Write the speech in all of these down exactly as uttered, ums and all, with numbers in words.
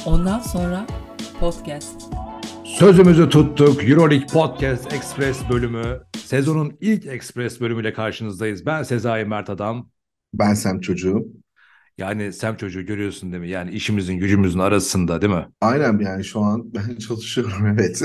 Ondan sonra podcast. Sözümüzü tuttuk. Euroleague Podcast Express bölümü. Sezonun ilk Express bölümüyle karşınızdayız. Ben Sezai Mert Adam. Ben Sem çocuğum. Yani Sem çocuğu görüyorsun değil mi? Yani işimizin gücümüzün arasında değil mi? Aynen, yani şu an ben çalışıyorum, evet.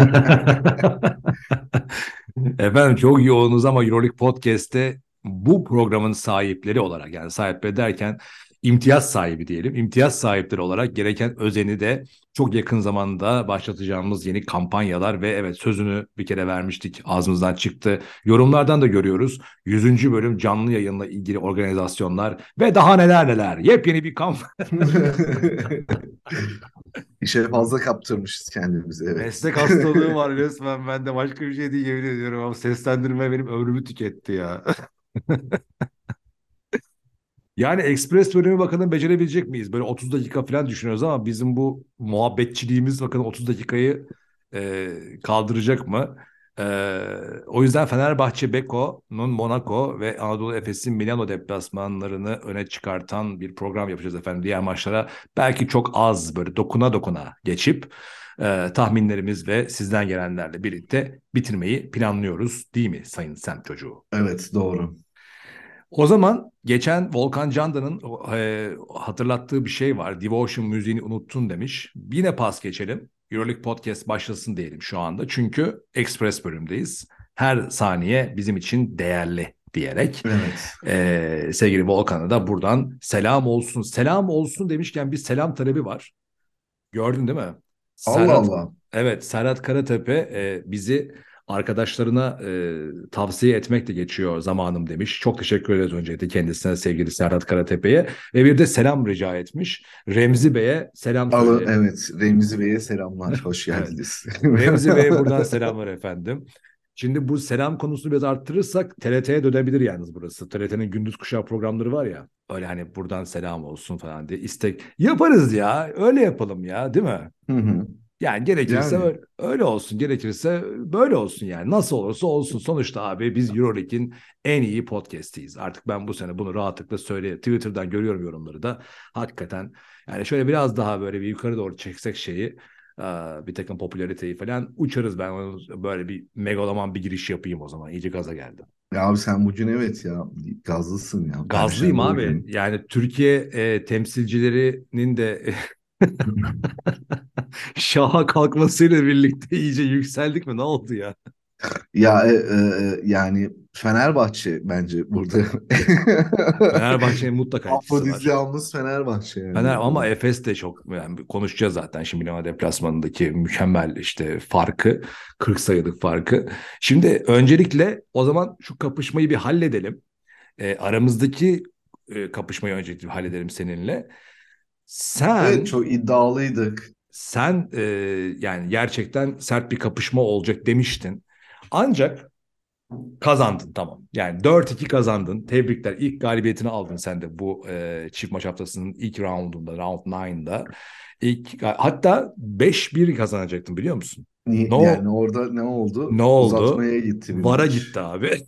Efendim çok yoğunuz ama Euroleague Podcast'te bu programın sahipleri olarak, yani sahipleri derken imtiyaz sahibi diyelim. İmtiyaz sahipleri olarak gereken özeni de çok yakın zamanda başlatacağımız yeni kampanyalar ve evet, sözünü bir kere vermiştik, ağzımızdan çıktı. Yorumlardan da görüyoruz. yüzüncü bölüm canlı yayınla ilgili organizasyonlar ve daha neler neler. Yepyeni bir kampanya. İşe fazla kaptırmışız kendimizi, evet. Meslek hastalığı var resmen bende. Başka bir şey değil, yemin ediyorum. Ama seslendirme benim ömrümü tüketti ya. Yani Express bölümü bakalım becerebilecek miyiz? Böyle otuz dakika falan düşünüyoruz ama bizim bu muhabbetçiliğimiz bakalım otuz dakikayı e, kaldıracak mı? E, o yüzden Fenerbahçe Beko'nun Monaco ve Anadolu Efes'in Milano deplasmanlarını öne çıkartan bir program yapacağız efendim. Diğer maçlara belki çok az böyle dokuna dokuna geçip e, tahminlerimiz ve sizden gelenlerle birlikte bitirmeyi planlıyoruz, değil mi Sayın Sem çocuğu? Evet, doğru. O zaman geçen Volkan Candan'ın e, hatırlattığı bir şey var. Devotion müziğini unuttun demiş. Yine pas geçelim. Euroleague Podcast başlasın diyelim şu anda. Çünkü Express bölümdeyiz. Her saniye bizim için değerli diyerek. Evet. E, sevgili Volkan'a da buradan selam olsun. Selam olsun demişken bir selam talebi var. Gördün değil mi? Allah Serhat, Allah. evet, Serhat Karatepe e, bizi arkadaşlarına e, tavsiye etmekle geçiyor zamanım demiş. Çok teşekkür ederiz öncelikle kendisine, sevgili Serhat Karatepe'ye. Ve bir de selam rica etmiş. Remzi Bey'e selam Alın, söyle. evet. Remzi Bey'e selamlar. Hoş Evet. geldiniz. Remzi Bey'e buradan selamlar efendim. Şimdi bu selam konusunu biraz arttırırsak T R T'ye dönebilir yalnız burası. T R T'nin gündüz kuşağı programları var ya. Öyle hani buradan selam olsun falan diye istek yaparız ya. Öyle yapalım ya, değil mi? Hı hı. Yani gerekirse Yani. öyle, öyle olsun, gerekirse böyle olsun yani. Nasıl olursa olsun. Sonuçta abi biz Euroleague'in en iyi podcast'iyiz. Artık ben bu sene bunu rahatlıkla söyleyeyim. Twitter'dan görüyorum yorumları da. Hakikaten yani şöyle biraz daha böyle bir yukarı doğru çeksek şeyi, bir takım popülariteyi falan uçarız. Ben böyle bir megaloman bir giriş yapayım o zaman. İyice gaza geldim. Ya abi sen bugün evet ya gazlısın ya. Gazlıyım Perşembe abi. bugün. Yani Türkiye e, temsilcilerinin de şaha kalkmasıyla birlikte iyice yükseldik mi? Ne oldu ya? Ya e, e, yani Fenerbahçe bence burada. Fenerbahçe'nin mutlaka etkisi var. Afrodizyağımız Fenerbahçe Fener yani ama burada. Efes de çok, yani konuşacağız zaten şimdi Milano deplasmanındaki mükemmel işte farkı, kırk sayılık farkı. Şimdi öncelikle o zaman şu kapışmayı bir halledelim. E, aramızdaki e, kapışmayı öncelikle bir halledelim seninle. Evet, Sen çok iddialıydık. sen e, yani gerçekten sert bir kapışma olacak demiştin. Ancak kazandın, tamam. Yani dört iki kazandın. Tebrikler. İlk galibiyetini aldın sen de bu e, çift maç haftasının ilk roundunda, round dokuzda. İlk, hatta beş bir kazanacaktın, biliyor musun? Ni- No, Yani orada ne oldu? ne oldu? Uzatmaya gitti bir VAR'a maç. gitti abi.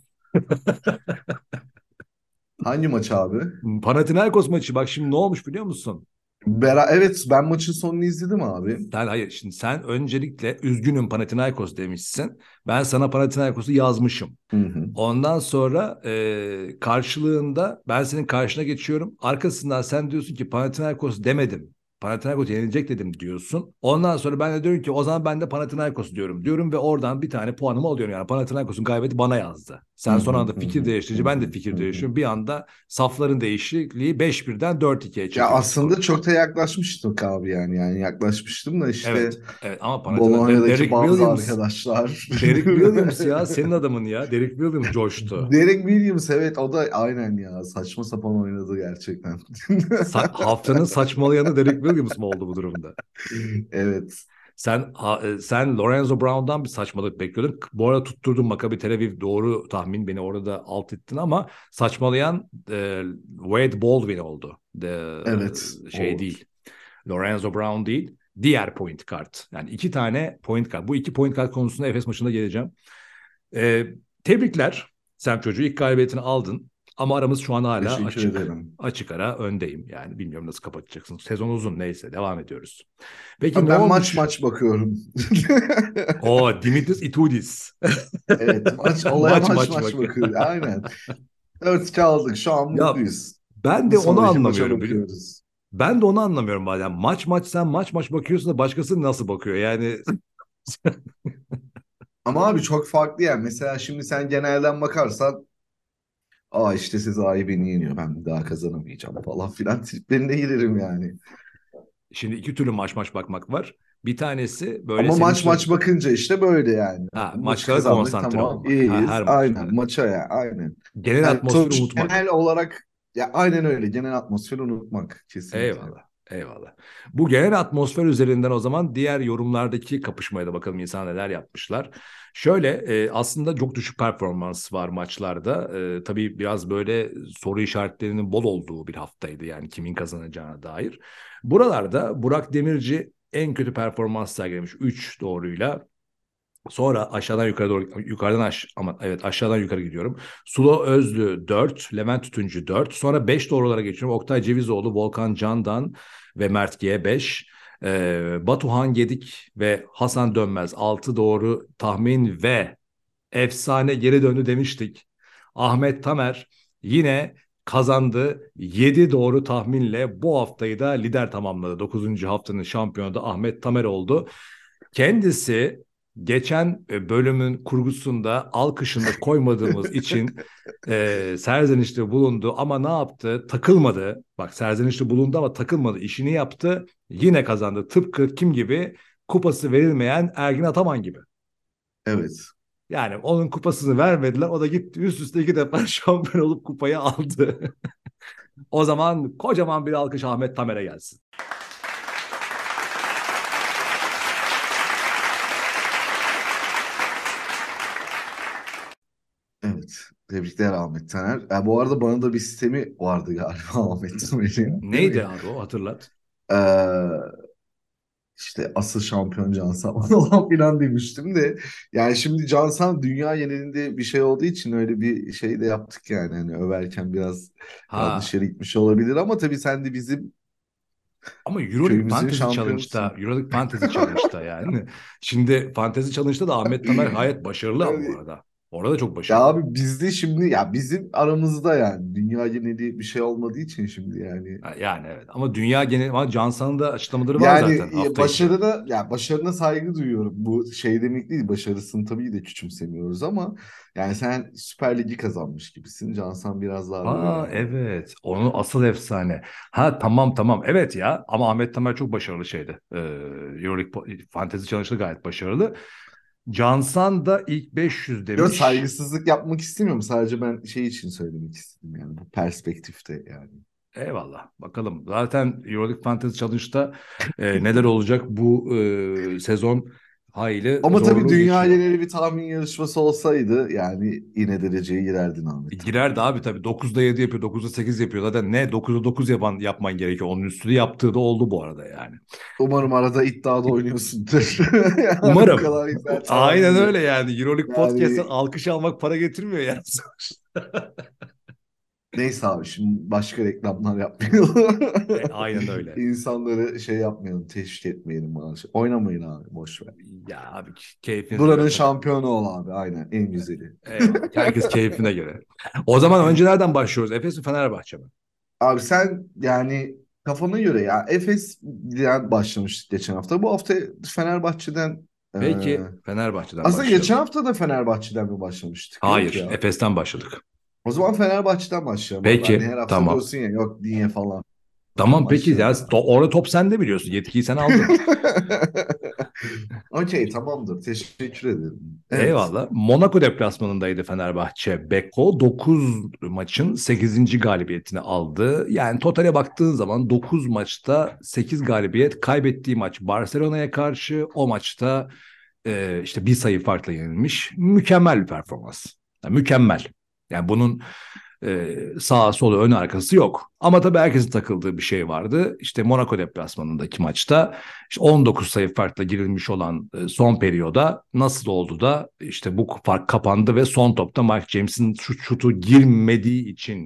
Hangi maç abi? Panathinaikos maçı, bak şimdi ne olmuş biliyor musun? Bera evet, ben maçın sonunu izledim abi. Sen hayır, şimdi sen öncelikle üzgünüm Panathinaikos demişsin. Ben sana Panathinaikos'u yazmışım. Hı hı. Ondan sonra e, karşılığında ben senin karşına geçiyorum. Arkasından sen diyorsun ki Panathinaikos demedim. Panathinaikos yenilecek dedim diyorsun. Ondan sonra ben de diyorum ki o zaman ben de Panathinaikos diyorum. Diyorum ve oradan bir tane puanımı alıyorum. Yani Panathinaikos'un galibiyeti bana yazdı. Hı Sen son hı, anda hı fikir hı, hı değiştirici, ben de hı, fikir hı hı. değiştiriyorum. Bir anda safların değişikliği beş birden dört ikiye Ya çekiyor skoru. aslında çok da yaklaşmıştık abi, yani yani yaklaşmıştım da işte Evet. Evet ama Panathinaikos Bolonya'daki Derek bazı Williams arkadaşlar. Derek Williams ya, senin adamın ya. Derek Williams coştu. Derek Williams, evet, o da aynen ya, saçma sapan oynadı gerçekten. Sa- haftanın saçmalayanı Derek Williams mı oldu bu durumda? Evet. Sen ha- e, sen Lorenzo Brown'dan bir saçmalık bekliyordun. Bu arada tutturdun Maccabi Tel Aviv, doğru tahmin, beni orada alt ettin ama saçmalayan e, Wade Baldwin oldu. De, Evet. şey O değil. Lorenzo Brown değil. Diğer point guard. Yani iki tane point guard. Bu iki point guard konusunda Efes maçında geleceğim. E, tebrikler. Sen çocuğu ilk galibiyetini aldın. Ama aramız şu an hala Teşekkür açık. ederim. Açık ara öndeyim. Yani bilmiyorum nasıl kapatacaksın. Sezon uzun, neyse devam ediyoruz. Peki Abi ne ben maç olmuş? maç bakıyorum. O Dimitris Itoudis. Evet, maç olaya Maç maç maç maç bak. bakıyoruz. Aynen. dört iki aldık. Şu an Ya mutluyuz. ben Bir de onu sonraki maça anlamıyorum biliyor. bakıyoruz. Ben de onu anlamıyorum bazen. Maç maç sen maç maç bakıyorsun da başkası nasıl bakıyor? Yani Ama abi çok farklı yani. Mesela şimdi sen genelden bakarsan, aa işte Sezai beni yeniyor, ben bir daha kazanamayacağım falan filan triplerine girerim yani. şimdi iki türlü maç maç bakmak var. Bir tanesi böyle Ama senin maç söyle maç bakınca işte böyle yani. ha, Maçı maçlara kazandık, konsantre tamam, olmak. Ha, iyiyiz. her maçta. Aynen maça ya, aynen. Genel Yani atmosferi sonuç unutmak. genel olarak ya, aynen öyle, genel atmosferi unutmak kesinlikle. Eyvallah. Eyvallah. Bu genel atmosfer üzerinden o zaman diğer yorumlardaki kapışmaya da bakalım insan neler yapmışlar. Şöyle e, aslında çok düşük performans var maçlarda. E, tabii biraz böyle soru işaretlerinin bol olduğu bir haftaydı yani kimin kazanacağına dair. Buralarda Burak Demirci en kötü performans sergilemiş üç doğruyla. Sonra aşağıdan yukarı doğru yukarıdan aş ama evet aşağıdan yukarı gidiyorum. Sulu Özlü dört, Levent Tütüncü dört. Sonra beş doğrulara geçiyorum. Oktay Cevizoğlu, Volkan Candan ve Mert G beş. Ee, Batuhan Gedik ve Hasan Dönmez altı doğru tahmin ve efsane geri döndü demiştik. Ahmet Tamer yine kazandı. yedi doğru tahminle bu haftayı da lider tamamladı. dokuzuncu haftanın şampiyonu da Ahmet Tamer oldu. Kendisi geçen e, bölümün kurgusunda alkışını koymadığımız için e, serzenişte bulundu ama ne yaptı? Takılmadı. Bak serzenişte bulundu ama takılmadı. İşini yaptı. Yine kazandı. Tıpkı kim gibi? Kupası verilmeyen Ergin Ataman gibi. Evet. Yani onun kupasını vermediler. O da gitti üst üste iki defa şampiyon olup kupayı aldı. O zaman kocaman bir alkış Ahmet Tamer'e gelsin. Evet. Tebrikler Ahmet Taner. Ya bu arada bana da bir sistemi vardı galiba Ahmet Taner'in. Değil Neydi mi? abi o hatırlat. Ee, işte asıl şampiyon Cansan falan filan demiştim de. Yani şimdi Cansan dünya genelinde bir şey olduğu için öyle bir şey de yaptık yani. Hani överken biraz yanlış Ha yere gitmiş olabilir ama tabii sen de bizim ama Euroleague köyümüzün Fantasy Challenge'da, şampiyonusun. Euroleague Fantasy Challenge'da yani. Şimdi Fantasy Challenge'da da Ahmet Tamer gayet başarılı ama bu Yani, arada. Orada da çok ya başarılı. abi bizde şimdi, ya bizim aramızda yani dünya geneli bir şey olmadığı için şimdi yani. Ha, yani evet ama dünya geneli ama Cansan'ın da açıklamaları var Yani zaten e, hafta içi. başarına, ya başarına saygı duyuyorum. Bu şey demek değil, başarısını tabii de küçümsemiyoruz ama yani sen Süper Lig'i kazanmış gibisin. Cansan biraz daha böyle Aa yani. evet. Onun asıl efsane. Ha tamam tamam. Evet ya ama Ahmet Tamer çok başarılı şeydi. Ee, Euroleague po- Fantasy Challenge'da gayet başarılı. Cansan da ilk beş yüz Yok, demiş. saygısızlık yapmak istemiyorum. Sadece ben şey için söylemek istedim yani, bu perspektifte yani. Eyvallah. Bakalım. Zaten Euroleague Fantasy Challenge'da e, neler olacak bu e, sezon hayli Ama tabii zorlu dünya geçiyor. geneli bir tahmin yarışması olsaydı yani yine dereceye girerdin Ahmet Taner Girerdi yani. abi tabii. dokuzda yedi yapıyor, dokuzda sekiz yapıyor. Zaten ne dokuzda dokuz yapan yapman gerekiyor. Onun üstünü yaptığı da oldu bu arada yani. Umarım arada iddiada oynuyorsundur. Yani bu Umarım. kadar güzel Aynen tahminle. öyle yani. Euroleague Podcast'ten Yani alkış almak para getirmiyor yani. neyse abi, şimdi başka reklamlar yapmayalım. E, aynen öyle. İnsanları şey yapmayalım, teşvik etmeyelim maalesef. Oynamayın abi, boş ver. Ya abi keyfinize Buranın göre takılın. şampiyonu ol abi, aynen, en güzeli. Eyvallah. Herkes keyfine göre. O zaman önce nereden başlıyoruz? Efes mi Fenerbahçe mi? Abi sen yani kafana göre, ya Efes'den başlamıştık geçen hafta. Bu hafta Fenerbahçe'den e, Peki Fenerbahçe'den aslında geçen başlayalım. hafta da Fenerbahçe'den mi başlamıştık? Yok Hayır, ya. Efes'ten başladık. O zaman Fenerbahçe'den başlayalım abi. Hani Peki, her hafta tamam. diyorsun ya, yok niye falan filan, Tamam peki ya başlayalım to- abi. orada top sende biliyorsun. Yetkiyi sen aldın. Okey, tamamdır. Teşekkür ederim. Evet. Eyvallah. Monaco deplasmanındaydı Fenerbahçe. Beko dokuz maçın sekizinci galibiyetini aldı. Yani totale baktığın zaman dokuz maçta sekiz galibiyet. Kaybettiği maç Barcelona'ya karşı. O maçta e, işte bir sayı farkla yenilmiş. Mükemmel bir performans. Yani mükemmel. Yani bunun Ee, sağa sola ön arkası yok. Ama tabii herkesin takıldığı bir şey vardı. İşte Monaco deplasmanındaki maçta işte on dokuz sayı farkla girilmiş olan e, son periyoda nasıl oldu da işte bu fark kapandı ve son topta Mike James'in şut şutu girmediği için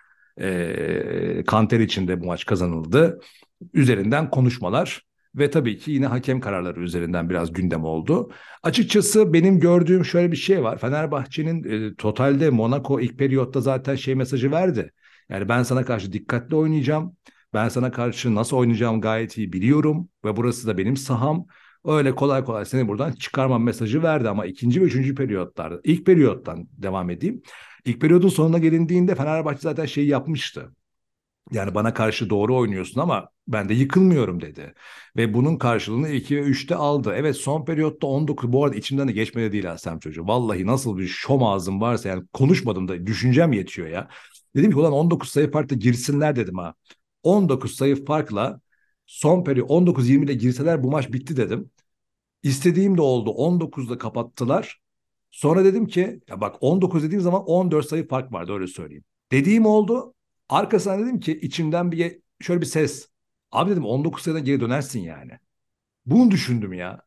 e, Kanter için de bu maç kazanıldı. Üzerinden konuşmalar ve tabii ki yine hakem kararları üzerinden biraz gündem oldu. Açıkçası benim gördüğüm şöyle bir şey var. Fenerbahçe'nin e, totalde Monaco ilk periyotta zaten şey mesajı verdi. Yani ben sana karşı dikkatli oynayacağım. Ben sana karşı nasıl oynayacağım gayet iyi biliyorum ve burası da benim saham. Öyle kolay kolay seni buradan çıkarmam mesajı verdi ama ikinci ve üçüncü periyotlarda, ilk periyottan devam edeyim. İlk periyodun sonuna gelindiğinde Fenerbahçe zaten şeyi yapmıştı. Yani bana karşı doğru oynuyorsun ama ben de yıkılmıyorum dedi. Ve bunun karşılığını iki ve üçte aldı. Evet son periyotta on dokuz, bu arada içimden de geçmedi değil Aslan çocuğu. Vallahi nasıl bir şom ağzım varsa yani konuşmadım da düşüncem yetiyor ya. Dedim ki ulan on dokuz sayı farkla girsinler dedim ha. on dokuz sayı farkla son periyot on dokuz yirmi ile girseler bu maç bitti dedim. İstediğim de oldu. on dokuzda kapattılar. Sonra dedim ki ya bak on dokuz dediğim zaman on dört sayı fark vardı öyle söyleyeyim. Dediğim oldu. Arkasına dedim ki içimden bir şöyle bir ses. Abi dedim on dokuz sayıdan geri dönersin yani. Bunu düşündüm ya.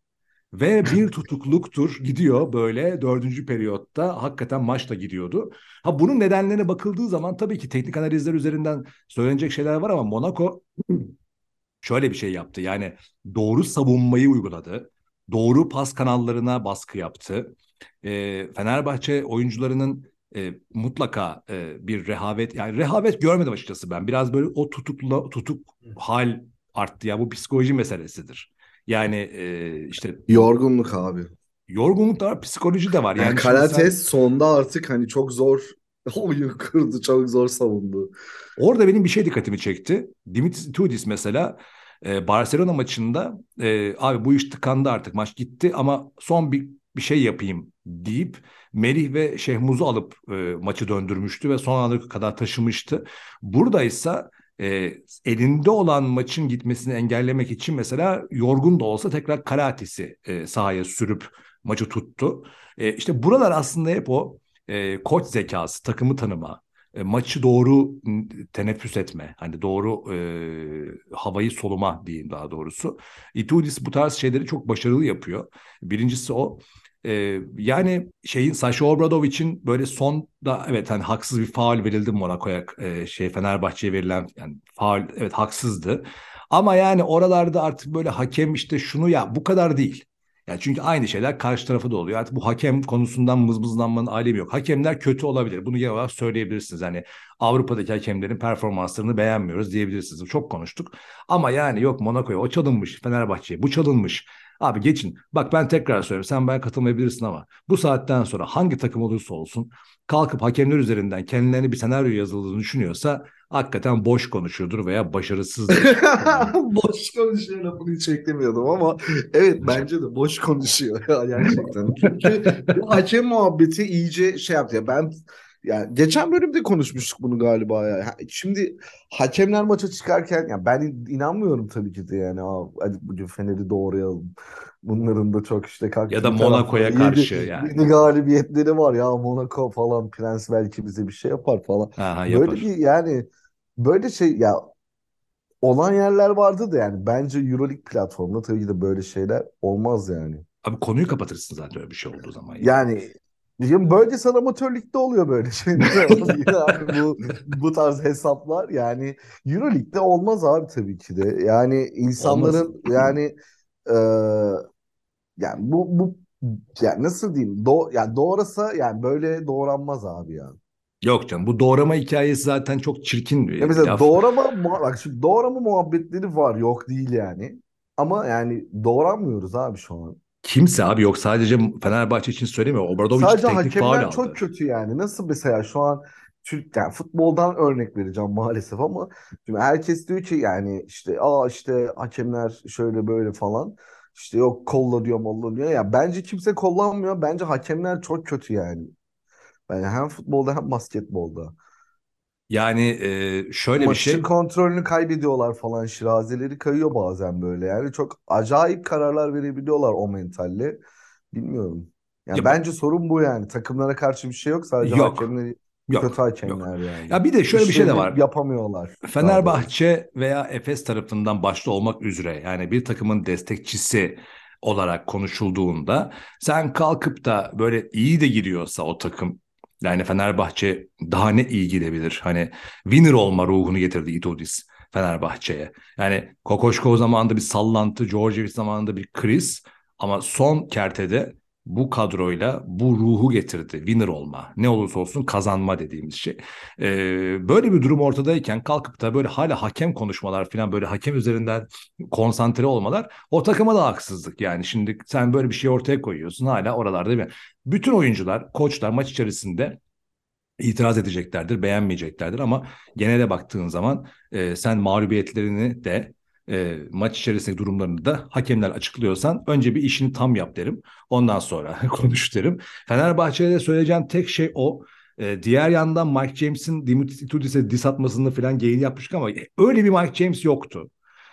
Ve bir tutukluktur gidiyor böyle dördüncü periyotta hakikaten maç da gidiyordu. Ha bunun nedenlerine bakıldığı zaman tabii ki teknik analizler üzerinden söylenecek şeyler var ama Monaco şöyle bir şey yaptı. Yani doğru savunmayı uyguladı. Doğru pas kanallarına baskı yaptı. E, Fenerbahçe oyuncularının e, mutlaka e, bir rehavet yani rehavet görmedim açıkçası ben. Biraz böyle o tutukla tutuk hal arttı ya bu psikoloji meselesidir. Yani e, işte Yorgunluk abi. yorgunluk da var, psikoloji de var. Yani Yani şimdi sen Karates sonda artık hani çok zor oyun kurdu, çok zor savundu. orada benim bir şey dikkatimi çekti. Dimitris Tudis mesela e, Barcelona maçında e, abi bu iş tıkandı artık maç gitti ama son bir bir şey yapayım deyip Melih ve Şehmuz'u alıp e, maçı döndürmüştü ve son ana kadar taşımıştı. Buradaysa e, elinde olan maçın gitmesini engellemek için mesela yorgun da olsa tekrar Karatis'i e, sahaya sürüp maçı tuttu. E, işte buralar aslında hep o e, koç zekası, takımı tanıma, e, maçı doğru teneffüs etme. Hani doğru e, havayı soluma diyeyim daha doğrusu. Itudis bu tarz şeyleri çok başarılı yapıyor. Birincisi o. E, yani şeyin Saša Obradovic'in böyle son da evet hani haksız bir faul verildi Monaco'ya e, şey Fenerbahçe'ye verilen yani faul evet haksızdı. Ama yani oralarda artık böyle hakem işte şunu ya bu kadar değil. Yani çünkü aynı şeyler karşı tarafı da oluyor. Artık bu hakem konusundan mızmızlanmanın alemi yok. Hakemler kötü olabilir. Bunu genel olarak söyleyebilirsiniz. Hani Avrupa'daki hakemlerin performanslarını beğenmiyoruz diyebilirsiniz. Çok konuştuk. Ama yani yok Monaco'ya o çalınmış, Fenerbahçe'ye bu çalınmış. Abi geçin. Bak ben tekrar söylüyorum. Sen bana katılmayabilirsin ama bu saatten sonra hangi takım olursa olsun kalkıp hakemler üzerinden kendilerine bir senaryo yazıldığını düşünüyorsa hakikaten boş konuşuyordur veya başarısızdır. Boş konuşuyor lafını hiç beklemiyordum ama evet bence de boş konuşuyor ya gerçekten. Çünkü bu hakem muhabbeti iyice şey yaptı ya ben yani geçen bölümde konuşmuştuk bunu galiba ya. Ha, Şimdi hakemler maça çıkarken ya ben inanmıyorum tabii ki de yani Aa, hadi bugün Fener'i doğrayalım. Bunların da çok işte Ya da kaklı Monaco'ya tarafları yedi, karşı yedi yani. galibiyetleri var ya Monaco falan Prens belki bize bir şey yapar falan. Aha, Böyle yapar. bir yani böyle şey ya olan yerler vardı da yani bence EuroLeague platformunda tabii ki de böyle şeyler olmaz yani. Abi konuyu kapatırsın zaten öyle bir şey olduğu zaman yani. Yani ya bölgesel amatörlükte oluyor böyle şeyler abi. Yani bu bu tarz hesaplar yani EuroLeague'de olmaz abi tabii ki de. Yani Olmaz. insanların yani e, yani bu bu yani nasıl diyeyim? Do yani doğrasa yani böyle doğranmaz abi ya. Yok canım bu doğrama hikayesi zaten çok çirkin Ya bir, bir mesela laf. doğrama muha- bak şimdi doğrama muhabbetleri var yok değil yani. Ama yani doğramıyoruz abi şu an. Kimse abi yok sadece Fenerbahçe için söylemiyor. Obradoviç Sadece teknik faul hakemler çok aldı. kötü yani. Nasıl mesela şu an Türk yani futboldan örnek vereceğim maalesef ama şimdi herkes diyor ki yani işte aa işte hakemler şöyle böyle falan. İşte yok kolla diyor molla diyor. Ya bence kimse kollanmıyor. Bence hakemler çok kötü yani. Yani hem futbolda hem basketbolda. Yani e, şöyle bir Maçın şey. kontrolünü kaybediyorlar falan. Şirazeleri kayıyor bazen böyle. Yani çok acayip kararlar verebiliyorlar o mentalle. Bilmiyorum. Yani Ya bak, bence sorun bu yani. Takımlara karşı bir şey yok. Sadece yok. hakemleri Kötü Yok, yok. hakemler yani. Ya bir de şöyle bir şey de İşlerini var. yapamıyorlar daha doğrusu. Fenerbahçe veya Efes tarafından başta olmak üzere yani bir takımın destekçisi olarak konuşulduğunda sen kalkıp da böyle iyi de giriyorsa o takım yani Fenerbahçe daha ne iyi gidebilir? Hani winner olma ruhunu getirdi Itudis Fenerbahçe'ye. Yani Kokoşkov zamanında bir sallantı, Djordjevic zamanında bir kriz ama son kertede bu kadroyla bu ruhu getirdi. Winner olma. Ne olursa olsun kazanma dediğimiz şey. Ee, böyle bir durum ortadayken kalkıp da böyle hala hakem konuşmalar falan böyle hakem üzerinden konsantre olmalar o takıma da haksızlık. Yani şimdi sen böyle bir şey ortaya koyuyorsun hala oralarda değil mi? Bütün oyuncular, koçlar maç içerisinde itiraz edeceklerdir, beğenmeyeceklerdir ama genele baktığın zaman e, sen mağlubiyetlerini de e, maç içerisindeki durumlarını da hakemler açıklıyorsan önce bir işini tam yap derim. Ondan sonra konuş derim. Fenerbahçe'de de söyleyeceğim tek şey o. E, diğer yandan Mike James'in Dimitris Itudis'e diss atmasını falan geyini yapmıştık ama öyle bir Mike James yoktu.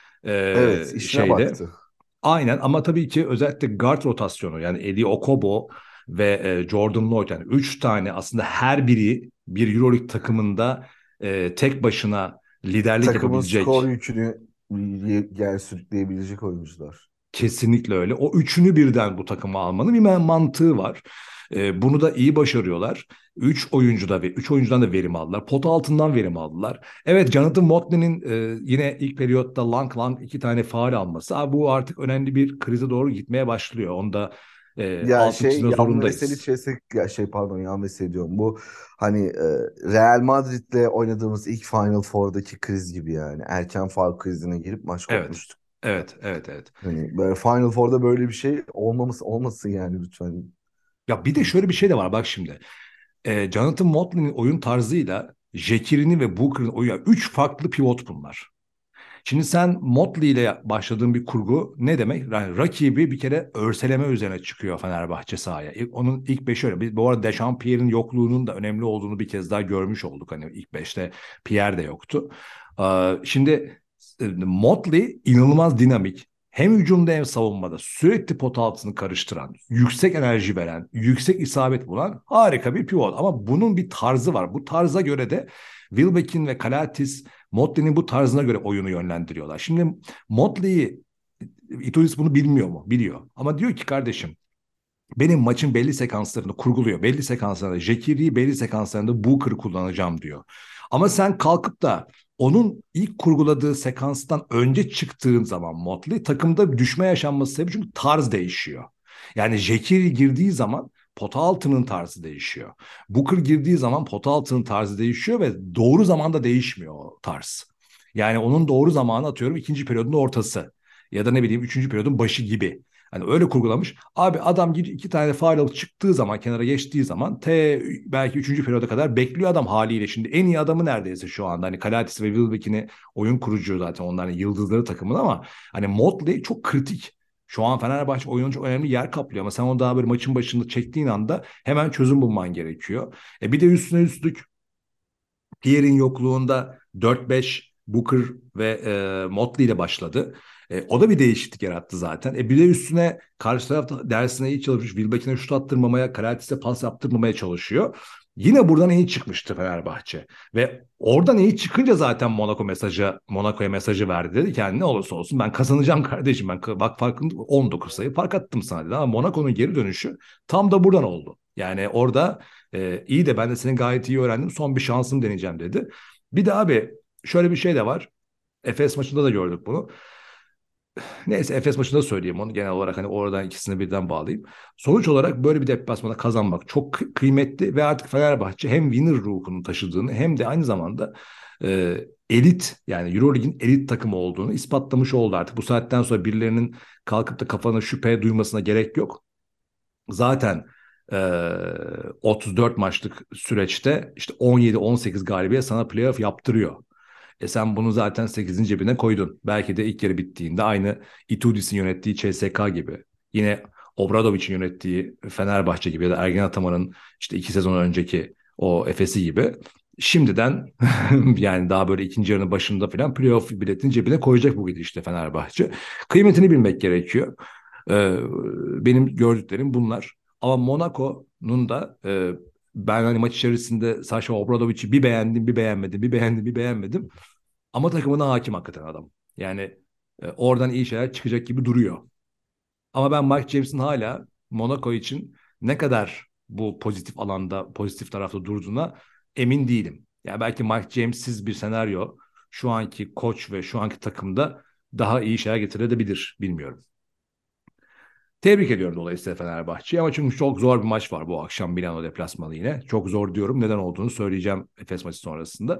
E, Evet, işine şeyde. baktı. Aynen ama tabii ki özellikle guard rotasyonu yani Eddie Okobo ve e, Jordan Lloyd yani üç tane aslında her biri bir EuroLeague takımında e, tek başına liderlik Takımın skor yapabilecek. yükünü y- yani sürükleyebilecek oyuncular. Kesinlikle öyle. O üçünü birden bu takıma almanın bir mantığı var. Ee, bunu da iyi başarıyorlar. Üç oyuncu da ve üç oyuncudan da verim aldılar. Pot altından verim aldılar. Evet, Jonathan Motley'nin e, yine ilk periyotta lang lang iki tane faul alması. Abi, bu artık önemli bir krize doğru gitmeye başlıyor. Onu da e, Ya altın şey çizme Yan Veseli zorundayız. Çesek ya şey pardon Yan Veseli diyorum. Bu hani e, Real Madrid'le oynadığımız ilk Final Four'daki kriz gibi yani. Erken faul krizine girip maç Evet. kopmuştuk. Evet, evet, evet. Hani böyle Final Four'da böyle bir şey olmaması olmasın yani lütfen. Ya bir de şöyle bir şey de var bak şimdi. E, Jonathan Motley'nin oyun tarzıyla Jekiri'nin ve Booker'ın oyunu. Üç farklı pivot bunlar. Şimdi sen Motley ile başladığın bir kurgu ne demek? Yani rakibi bir kere örseleme üzerine çıkıyor Fenerbahçe sahaya. İlk, onun ilk beşi öyle. Biz, bu arada Dechampierre'in yokluğunun da önemli olduğunu bir kez daha görmüş olduk. Hani ilk beşte Pierre de yoktu. Ee, şimdi e, Motley inanılmaz dinamik. Hem hücumda hem savunmada sürekli pot altını karıştıran, yüksek enerji veren, yüksek isabet bulan harika bir pivot. Ama bunun bir tarzı var. Bu tarza göre de Wilbekin ve Kalatis Motley'nin bu tarzına göre oyunu yönlendiriyorlar. Şimdi Motley'i Itudis bunu bilmiyor mu? Biliyor. Ama diyor ki kardeşim benim maçın belli sekanslarını kurguluyor. Belli sekanslarında Jekiri'yi belli sekanslarında Booker'ı kullanacağım diyor. Ama sen kalkıp da onun ilk kurguladığı sekanstan önce çıktığın zaman Motley takımda düşme yaşanması sebebi çünkü tarz değişiyor. Yani Jekiri girdiği zaman pota altının tarzı değişiyor. Booker girdiği zaman pota altının tarzı değişiyor ve doğru zamanda değişmiyor o tarz. Yani onun doğru zamanı atıyorum ikinci periyodun ortası ya da ne bileyim üçüncü periyodun başı gibi. Hani öyle kurgulamış. Abi adam iki tane faul alıp çıktığı zaman kenara geçtiği zaman T belki üçüncü periyoda kadar bekliyor adam haliyle. Şimdi en iyi adamı neredeyse şu anda. Hani Kalatis ve Wilbekin'i oyun kurucu zaten onların yıldızları takımın ama hani Motley çok kritik. Şu an Fenerbahçe oyunu çok önemli yer kaplıyor ama sen onu daha böyle maçın başında çektiğin anda hemen çözüm bulman gerekiyor. E bir de üstüne üstlük Pierre'in yokluğunda dört beş Booker ve e, Motley ile başladı. E, o da bir değişiklik yarattı zaten. E, bir de üstüne karşı taraf dersine iyi çalışmış. Wilbeck'ine şut attırmamaya, Karatis'e pas yaptırmamaya çalışıyor. Yine buradan iyi çıkmıştı Fenerbahçe. Ve oradan iyi çıkınca zaten Monaco mesajı, Monaco'ya mesajı verdi. Dedi ki yani ne olursa olsun ben kazanacağım kardeşim. Ben bak farkın on dokuz sayı fark attım sana dedi. Ama Monaco'nun geri dönüşü tam da buradan oldu. Yani orada e, iyi de ben de seni gayet iyi öğrendim. Son bir şansım deneyeceğim dedi. Bir de abi şöyle bir şey de var. Efes maçında da gördük bunu. Neyse Efes maçında söyleyeyim onu genel olarak hani oradan ikisini birden bağlayayım. Sonuç olarak böyle bir deplasmana kazanmak çok kı- kıymetli ve artık Fenerbahçe hem winner ruhunu taşıdığını hem de aynı zamanda e, elit yani EuroLeague'in elit takımı olduğunu ispatlamış oldu artık. Bu saatten sonra birilerinin kalkıp da kafana şüphe duymasına gerek yok. Zaten e, otuz dört maçlık süreçte işte on yedi on sekiz galibiyet sana playoff yaptırıyor. E sen bunu zaten sekizin cebine koydun. Belki de ilk yarı bittiğinde aynı Itudis'in yönettiği C S K gibi. Yine Obradovic'in yönettiği Fenerbahçe gibi ya da Ergin Ataman'ın işte iki sezon önceki o Efes'i gibi. Şimdiden yani daha böyle ikinci yarının başında falan playoff biletini cebine koyacak bu gidişte Fenerbahçe. Kıymetini bilmek gerekiyor. Ee, benim gördüklerim bunlar. Ama Monaco'nun da e, ben hani maç içerisinde Sasha Obradovic'i bir beğendim, bir beğenmedim, bir beğendim, bir beğenmedim. Ama takımına hakim hakikaten adam. Yani e, oradan iyi şeyler çıkacak gibi duruyor. Ama ben Mike James'in hala Monaco için ne kadar bu pozitif alanda, pozitif tarafta durduğuna emin değilim. Yani belki Mike James'siz bir senaryo şu anki koç ve şu anki takımda daha iyi şeyler getirebilir, bilmiyorum. Tebrik ediyorum dolayısıyla Fenerbahçe'yi ama çünkü çok zor bir maç var bu akşam Milano deplasmanı yine. Çok zor diyorum. Neden olduğunu söyleyeceğim Efes maçı sonrasında.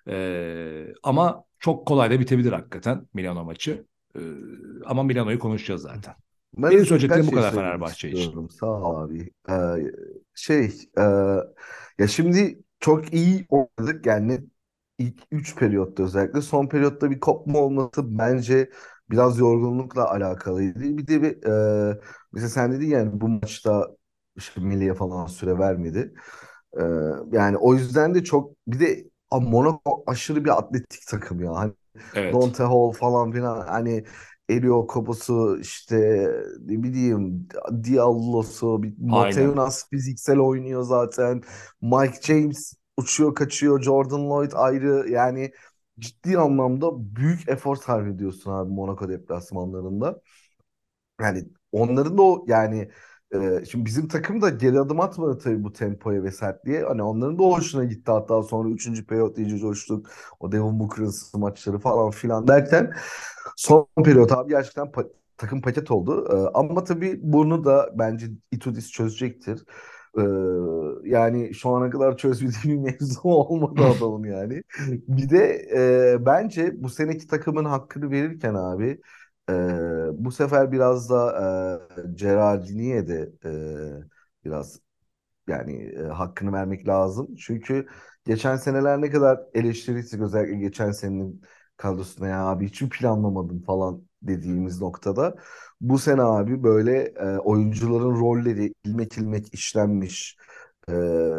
Ee, ama çok kolay da bitebilir hakikaten Milano maçı. Ee, ama Milano'yu konuşacağız zaten. Ben Benim hızlı birkaç söyleyeceklerim bu şey kadar söylemek Fenerbahçe için. istiyorum. Sağ ol abi. Ee, şey e, ya şimdi çok iyi oynadık yani ilk üç periyotta özellikle. Son periyotta bir kopma olması bence biraz yorgunlukla alakalıydı. Bir de bir, e, mesela sen dedin yani bu maçta işte Melih'e falan süre vermedi. Ee, yani o yüzden de çok bir de a, Monaco aşırı bir atletik takım ya. Hani Evet. Dante Hall falan filan hani Elio Kobo'su işte ne bileyim Diallo'su bir Aynen. Mateusz fiziksel oynuyor zaten. Mike James uçuyor kaçıyor. Jordan Lloyd ayrı yani ciddi anlamda büyük efor sarf ediyorsun abi Monaco deplasmanlarında. Yani onların da o yani e, şimdi bizim takım da geri adım atmadı tabii bu tempoya ve sertliğe. Hani onların da o hoşuna gitti hatta sonra üçüncü periyot iyice coştuk. O Devin Booker'ın maçları falan filan derken son periyot abi gerçekten pa- takım paket oldu. E, ama tabii bunu da bence Itudis çözecektir. E, yani şu ana kadar çözmediği bir mevzu olmadı adamın yani. Bir de e, bence bu seneki takımın hakkını verirken abi ee, bu sefer biraz da e, Gerardini'ye de e, biraz yani e, hakkını vermek lazım. Çünkü geçen seneler ne kadar eleştiristik özellikle geçen senenin kadrosuna ya abi hiç mi planlamadım falan dediğimiz noktada bu sene abi böyle e, oyuncuların rolleri ilmek ilmek işlenmiş e,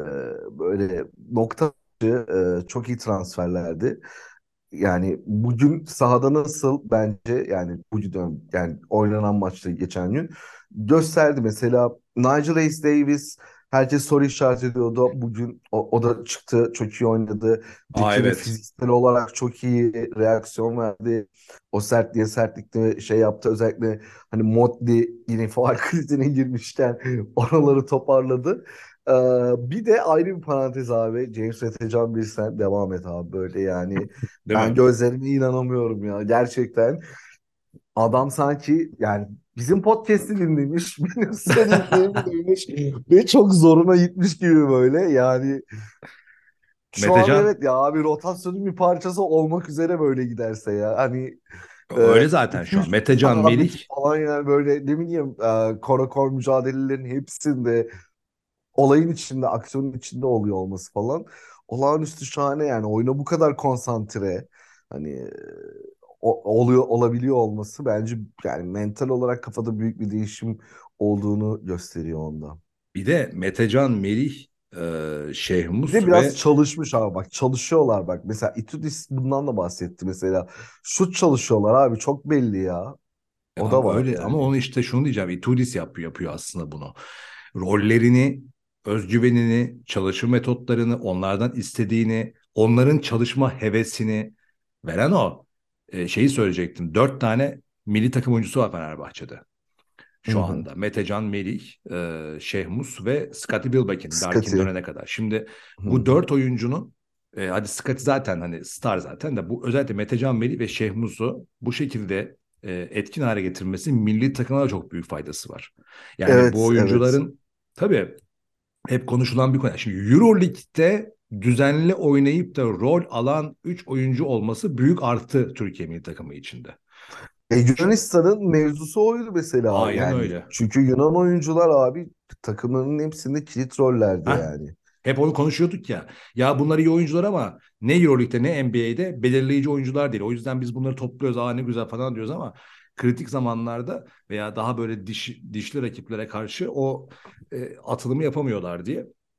böyle nokta e, çok iyi transferlerdi. Yani bugün sahada nasıl bence yani bugün yani oynanan maçta geçen gün gösterdi. Mesela Nigel Hayes Davis herkes soru işareti ediyordu. Bugün o, o da çıktı çok iyi oynadı. Aa, Dikine evet. fiziksel olarak çok iyi reaksiyon verdi. O sertliğe sertlikte şey yaptı. Özellikle hani Motley yine faul krizine girmişken oraları toparladı. Ee, bir de ayrı bir parantez abi. James Retecan bir sen devam et abi böyle yani. Değil Ben mi? gözlerime inanamıyorum ya. Gerçekten adam sanki yani bizim podcast'i dinlemiş, benim söylediklerimi dinlemiş ve çok zoruna gitmiş gibi böyle. Yani şu an Metecan evet ya abi rotasyonun bir parçası olmak üzere böyle giderse ya. Hani öyle e, zaten şu an. iki üç Metecan, isabeti Melih. falan yani böyle ne bileyim e, kora kor mücadelelerin hepsinde olayın içinde, aksiyonun içinde oluyor olması falan. Olağanüstü şahane yani oyuna bu kadar konsantre hani e, o- oluyor olabiliyor olması bence yani mental olarak kafada büyük bir değişim olduğunu gösteriyor onda. Bir de Metecan, Melih, e, Bir de Şehmus biraz ve çalışmış abi bak çalışıyorlar bak. Mesela Itudis bundan da bahsetti mesela. Şut çalışıyorlar abi çok belli ya. E, O da ama var öyle ama yani. onu işte şunu diyeceğim. Itudis yapıyor, yapıyor aslında bunu. Rollerini, özgüvenini, çalışma metotlarını, onlardan istediğini, onların çalışma hevesini veren o. E, şeyi söyleyecektim. Dört tane milli takım oyuncusu var Fenerbahçe'de. Hı Şu hı. anda Metecan, Melih, e, Şehmus ve Scottie Bilbekin. Larkin Skati. dönene kadar. Şimdi Hı bu hı. dört oyuncunun e, hadi Scottie zaten hani star zaten de bu özellikle Metecan, Melih ve Şehmus'u bu şekilde e, etkin hale getirmesi milli takıma da çok büyük faydası var. Yani bu Evet, evet. oyuncuların tabii hep konuşulan bir konu. Şimdi Euroleague'de düzenli oynayıp da rol alan üç oyuncu olması büyük artı Türkiye milli takımı içinde. E, Yunanistan'ın mevzusu oydu mesela Aynen yani. öyle. Çünkü Yunan oyuncular abi takımının hepsinde kilit rollerde Heh. yani. Hep onu konuşuyorduk ya. Ya bunlar iyi oyuncular ama ne Euroleague'de ne N B A'de belirleyici oyuncular değil. O yüzden biz bunları topluyoruz. Aa ne güzel falan diyoruz ama kritik zamanlarda veya daha böyle diş, dişli rakiplere karşı o e, atılımı yapamıyorlar diye.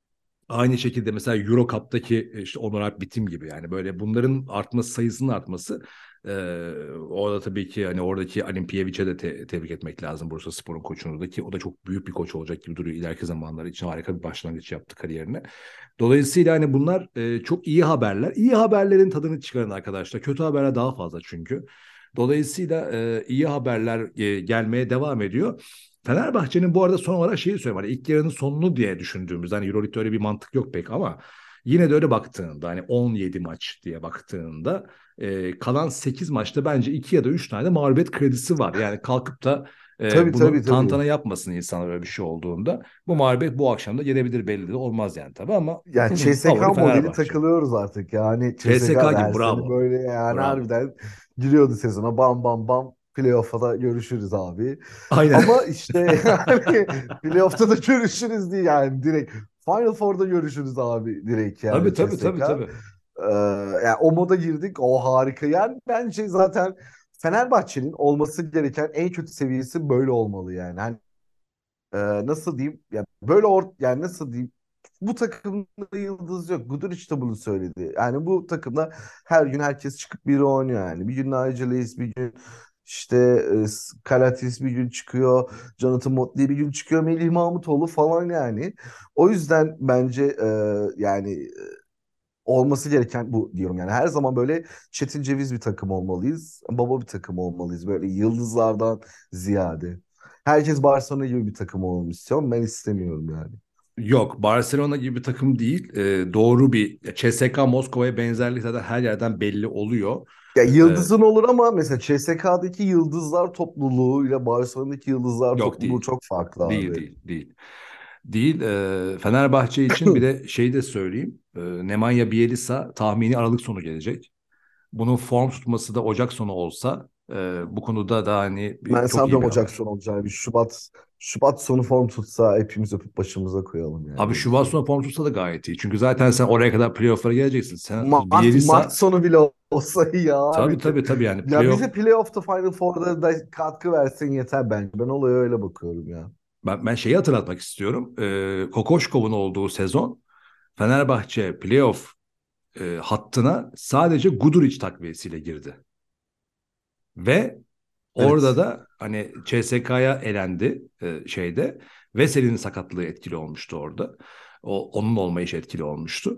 Aynı şekilde mesela Euro Cup'taki işte Onur Alp Bitim gibi, yani böyle bunların artması, sayısının artması, e, orada tabii ki hani oradaki Alimpiyevic'e de te- tebrik etmek lazım, Bursaspor'un koçunu da, ki o da çok büyük bir koç olacak gibi duruyor ileriki zamanlar için, harika bir başlangıç yaptı kariyerine. Dolayısıyla hani bunlar e, çok iyi haberler. İyi haberlerin tadını çıkarın arkadaşlar. Kötü haberler daha fazla çünkü. Dolayısıyla e, iyi haberler e, gelmeye devam ediyor. Fenerbahçe'nin bu arada son olarak şeyi söyleyeyim. Hani ilk yarının sonunu diye düşündüğümüzde, hani Euroleague'de öyle bir mantık yok pek ama yine de öyle baktığında, hani on yedi maç diye baktığında e, kalan sekiz maçta bence iki ya da üç tane de mağlubiyet kredisi var. Yani kalkıp da e, Tabii tabii bunu tabii. tantana yapmasın insanlar öyle bir şey olduğunda. Bu mağlubiyet bu akşam da gelebilir, belli de olmaz yani tabii, ama Ya favori C S K modeli Fenerbahçe. takılıyoruz artık yani C S K C S K da gibi, her sene bravo. böyle yani Bravo. harbiden giriyordu sezona bam bam bam playoff'a da görüşürüz abi. Aynen. Ama işte yani playoff'ta da görüşürüz değil yani direkt Final Four'da görüşürüz abi direkt Tabii yani tabii tabii C S K. tabii. Ee, Yani o moda girdik o harika yani bence zaten Fenerbahçe'nin olması gereken en kötü seviyesi böyle olmalı yani. Hani e, nasıl diyeyim ya böyle or yani nasıl diyeyim bu takımda yıldız yok. Guduric de bunu söyledi. Yani bu takımda her gün herkes çıkıp biri oynuyor yani. Bir gün Nigel Hayes, bir gün işte e, Kalatis bir gün çıkıyor. Jonathan Motley bir gün çıkıyor. Melih Mahmutoğlu falan yani. O yüzden bence e, yani e, olması gereken bu diyorum yani. Her zaman böyle çetin ceviz bir takım olmalıyız. Baba bir takım olmalıyız. Böyle yıldızlardan ziyade. Herkes Barcelona gibi bir takım olmak istiyorum. Ben istemiyorum yani. Yok, Barcelona gibi bir takım değil. Ee, doğru bir C S K Moskova'ya benzerlik zaten her yerden belli oluyor. Ya Ee, yıldızın olur ama mesela C S K'daki yıldızlar topluluğu ile Barcelona'daki yıldızlar yok topluluğu değil. çok farklı Değil abi. değil değil. Değil. Ee, Fenerbahçe için bir de şey de söyleyeyim. Ee, Nemanja Bjelica tahmini Aralık sonu gelecek. Bunun form tutması da Ocak sonu olsa e, bu konuda da hani bir- Ben çok iyi sanmıyorum bir Ocak haber. sonu olacağını. Bir Şubat Şubat sonu form tutsa hepimiz öpüp başımıza koyalım yani Abi öyle Şubat söyleyeyim. sonu form tutsa da gayet iyi. Çünkü zaten sen oraya kadar playoff'lara geleceksin. Sen Mart, Mart Bjelica, sonu bile olsa iyi ya tabii abi. tabii tabii, yani Ya playoff. bize playoff'ta Final Four'da da katkı versin yeter bence. Ben olaya öyle bakıyorum ya. Ben, ben şeyi hatırlatmak istiyorum. Ee, Kokoşkov'un olduğu sezon Fenerbahçe playoff e, hattına sadece Guduric takviyesiyle girdi. Ve orada Evet. da hani C S K'ya elendi e, şeyde. Veseli'nin sakatlığı etkili olmuştu orada. O, onun olmayışı etkili olmuştu.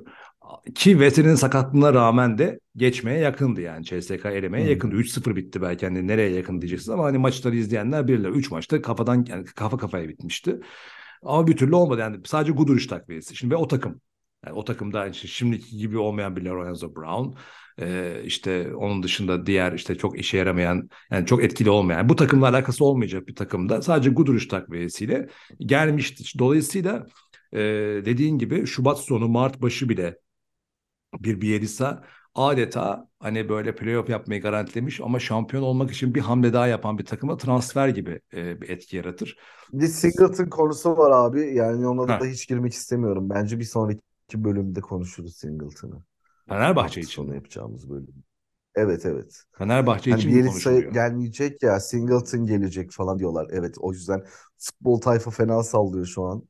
Ki Veseli'nin sakatlığına rağmen de geçmeye yakındı yani. C S K elemeye Hı. yakındı. üç sıfır bitti belki, hani nereye yakın diyeceksiniz ama hani maçları izleyenler bilirler. üç maçta kafadan, yani kafa kafaya bitmişti. Ama bir türlü olmadı yani, sadece Guduric takviyesi. Şimdi ve o takım. Yani o takımda işte şimdiki gibi olmayan bir Lorenzo Brown, ee, işte onun dışında diğer işte çok işe yaramayan, yani çok etkili olmayan, bu takımla alakası olmayacak bir takımda sadece Guduric takviyesiyle gelmişti. Dolayısıyla e, dediğin gibi Şubat sonu Mart başı bile bir Bielsa adeta hani böyle playoff yapmayı garantilemiş ama şampiyon olmak için bir hamle daha yapan bir takıma transfer gibi e, bir etki yaratır. Bir Singleton konusu var abi. Yani ona da Ha, hiç girmek istemiyorum. Bence bir sonraki bölümde konuşuruz Singleton'ı. Fenerbahçe Hafta için sonu mi? yapacağımız bölüm. Evet evet. Fenerbahçe Hani için mi Bielsa konuşuluyor? gelmeyecek ya Singleton gelecek falan diyorlar. Evet o yüzden futbol tayfa fena sallıyor şu an.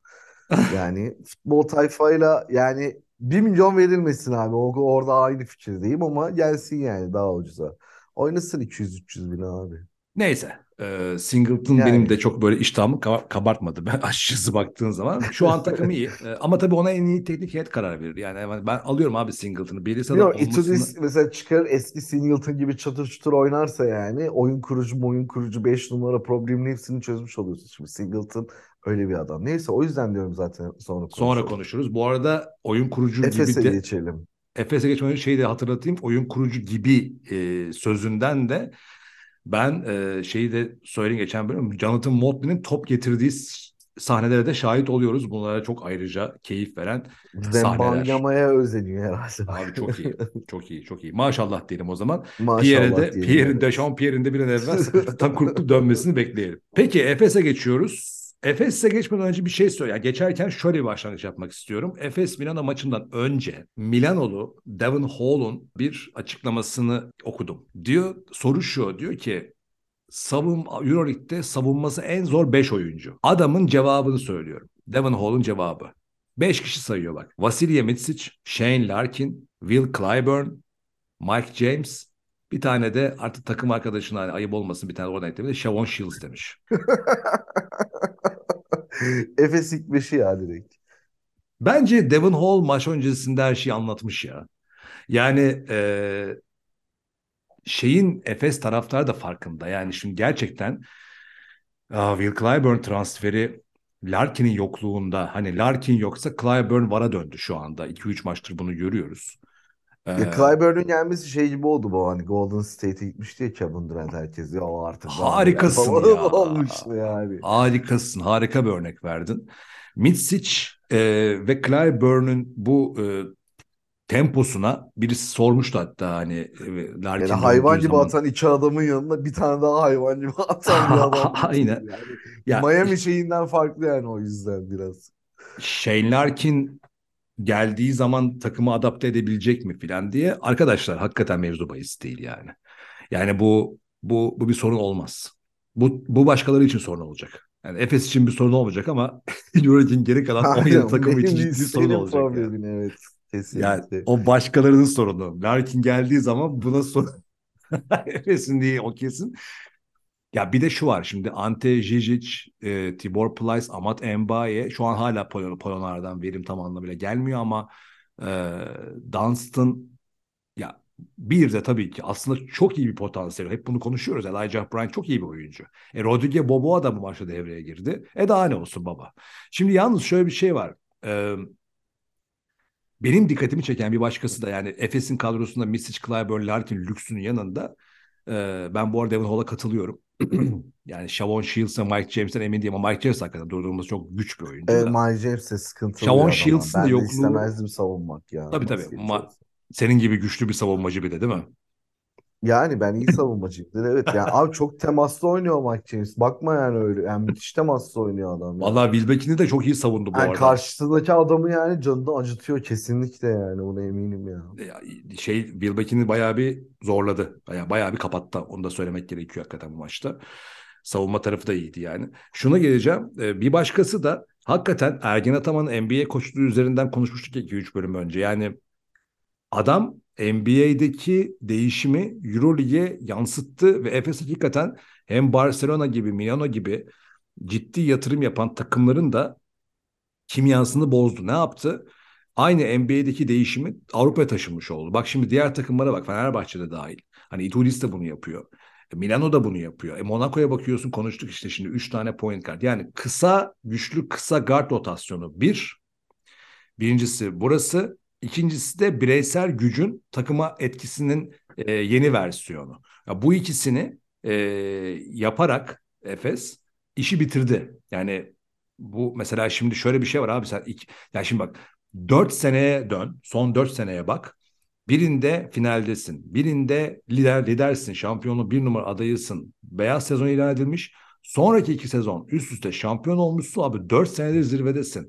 Yani futbol tayfayla yani bir milyon verilmesin abi. O, orada aynı fikirdeyim ama gelsin yani daha ucuza. Oynasın iki yüz üç yüz bin abi. Neyse. E, Singleton benim de Yani çok böyle iştahımı kaba- kabartmadı. Ben açıkçası baktığın zaman. Şu an takım iyi. E, ama tabii ona en iyi teknik heyet karar verir. Yani ben ben alıyorum abi Singleton'ı. Bielitsa'da bilmiyorum olmasını. Itudis mesela çıkar eski Singleton gibi çatır çutur oynarsa yani oyun kurucu oyun kurucu beş numara problemin hepsini çözmüş oluyorsun. Şimdi Singleton öyle bir adam. Neyse o yüzden diyorum zaten sonra Sonra konuşalım. konuşuruz. Bu arada oyun kurucu gibi Efes'e de geçelim. Efes'e geçmeden önce şeyi de hatırlatayım. Oyun kurucu gibi e, sözünden de ben e, şeyi de söyleyeyim geçen bölüm. Jonathan Motley'nin top getirdiği s- sahnelere de şahit oluyoruz. Bunlara çok ayrıca keyif veren sahneler. Wembanyama'ya özeniyor herhalde Abi bak. çok iyi. Çok iyi, çok iyi. Maşallah diyelim o zaman. Pierre'e Maşallah de, diyelim Pierre'in, evet. Dechampierre'in Pierre'in de bir an evvel sakatlıktan kurtulup dönmesini bekleyelim. Peki Efes'e geçiyoruz. Efes'e geçmeden önce bir şey söyle. Yani geçerken şöyle bir başlangıç yapmak istiyorum. Efes Milano maçından önce Milanolu Devin Hall'un bir açıklamasını okudum. Diyor, soru şu, diyor ki savun Euroleague'de savunması en zor beş oyuncu. Adamın cevabını söylüyorum. Devin Hall'un cevabı. Beş kişi sayıyor bak. Vasilya Mitsic, Shane Larkin, Will Clyburn, Mike James. Bir tane de artık takım arkadaşına hani ayıp olmasın bir tane oradan eklemiş. Shavon Shields demiş. Efes ilk beşi ya direkt. Bence Devin Hall maç öncesinde her şeyi anlatmış ya. Yani e, şeyin Efes taraftarı da farkında. Yani şimdi gerçekten aa, Will Clyburn transferi Larkin'in yokluğunda hani Larkin yoksa Clyburn VAR'a döndü şu anda. iki üç maçtır bunu görüyoruz. Ya Ee, Clyburn'un gelmesi şey gibi oldu bu, hani Golden State'e gitmişti ya Kevin Durant, herkes ya artık bana da gel harikasın falan ya. olmuştu yani. Harikasın. Harika bir örnek verdin. Mitsic e, ve Clyburn'un bu e, temposuna birisi sormuştu hatta hani e, Yani Larkin hayvan döndüğü gibi zaman. atan iki adamın yanında bir tane daha hayvan gibi atan bir adam getirdi. Aynen. Yani Ya Miami şeyinden farklı yani, o yüzden biraz. Shane Larkin geldiği zaman takımı adapte edebilecek mi filan diye. Arkadaşlar hakikaten mevzu bahis değil yani. Yani bu bu bu bir sorun olmaz. Bu bu başkaları için sorun olacak. Yani Efes için bir sorun olmayacak ama Euroleague'in geri kalan on yedi Aynen, takımı için benim değil ciddi sorun senin olacak yani. problemin, evet, Yani kesinlikle. o başkalarının sorunu. Larkin geldiği zaman buna sorun. Efes'in değil o kesin. Ya bir de şu var şimdi Ante Žižić, e, Tibor Plyce, Amat Mbaye şu an hala Polon, Polonlardan verim tam anlamıyla gelmiyor ama e, Dunstan ya bir de tabii ki aslında çok iyi bir potansiyel. Hep bunu konuşuyoruz. Elijah Bryant çok iyi bir oyuncu. E, Rodrigo Boboa da bu maçta devreye girdi. E daha ne olsun baba. Şimdi yalnız şöyle bir şey var. E, benim dikkatimi çeken bir başkası da yani Efes'in kadrosunda Misic, Clyburn, Larkin lüksünün yanında e, ben bu arada Devin Hall'a katılıyorum. Yani Shavon Shields ve Mike James'ten emin değilim ama Mike James hakikaten durduğumuz çok güç bir oyuncu E, da. Mike James de sıkıntılı bir Shavon adam abi. Shields'ın da Ben de yokluğu istemezdim savunmak ya. tabii tabii Nasıl ma- geçeceğiz? senin gibi güçlü bir savunmacı bir de değil mi? Yani ben iyi savunmacıyımdır, evet. Yani abi çok temaslı oynuyor Mike James. Bakma yani öyle. Yani müthiş temaslı oynuyor adam ya. Vallahi Wilbeck'ini de çok iyi savundu bu Yani arada. karşısındaki adamı yani canını acıtıyor kesinlikle, yani buna eminim ya. Ya, şey Wilbeck'ini bayağı bir zorladı. Bayağı, bayağı bir kapattı. Onu da söylemek gerekiyor hakikaten bu maçta. Savunma tarafı da iyiydi yani. Şuna geleceğim. Ee, bir başkası da hakikaten Ergin Ataman'ın N B A koçluğu üzerinden konuşmuştuk iki üç bölüm önce. Yani adam N B A'deki değişimi Euroleague'e yansıttı ve Efes hakikaten hem Barcelona gibi, Milano gibi ciddi yatırım yapan takımların da kimyasını bozdu. Ne yaptı? Aynı N B A'deki değişimi Avrupa'ya taşınmış oldu. Bak şimdi diğer takımlara bak. Fenerbahçe'de dahil. Hani Itudis de bunu yapıyor. E, Milano da bunu yapıyor. E, Monaco'ya bakıyorsun konuştuk işte şimdi üç tane point guard. Yani kısa, güçlü kısa guard rotasyonu. Bir, birincisi burası. İkincisi de bireysel gücün takıma etkisinin e, yeni versiyonu. Ya bu ikisini e, yaparak Efes işi bitirdi. Yani bu mesela şimdi şöyle bir şey var abi sen ilk, ya şimdi bak dört seneye dön, son dört seneye bak. Birinde finaldesin, birinde lider lidersin, şampiyonu bir numara adayısın. Beyaz sezon ilan edilmiş. Sonraki iki sezon üst üste şampiyon olmuşsun abi. Dört senedir zirvedesin.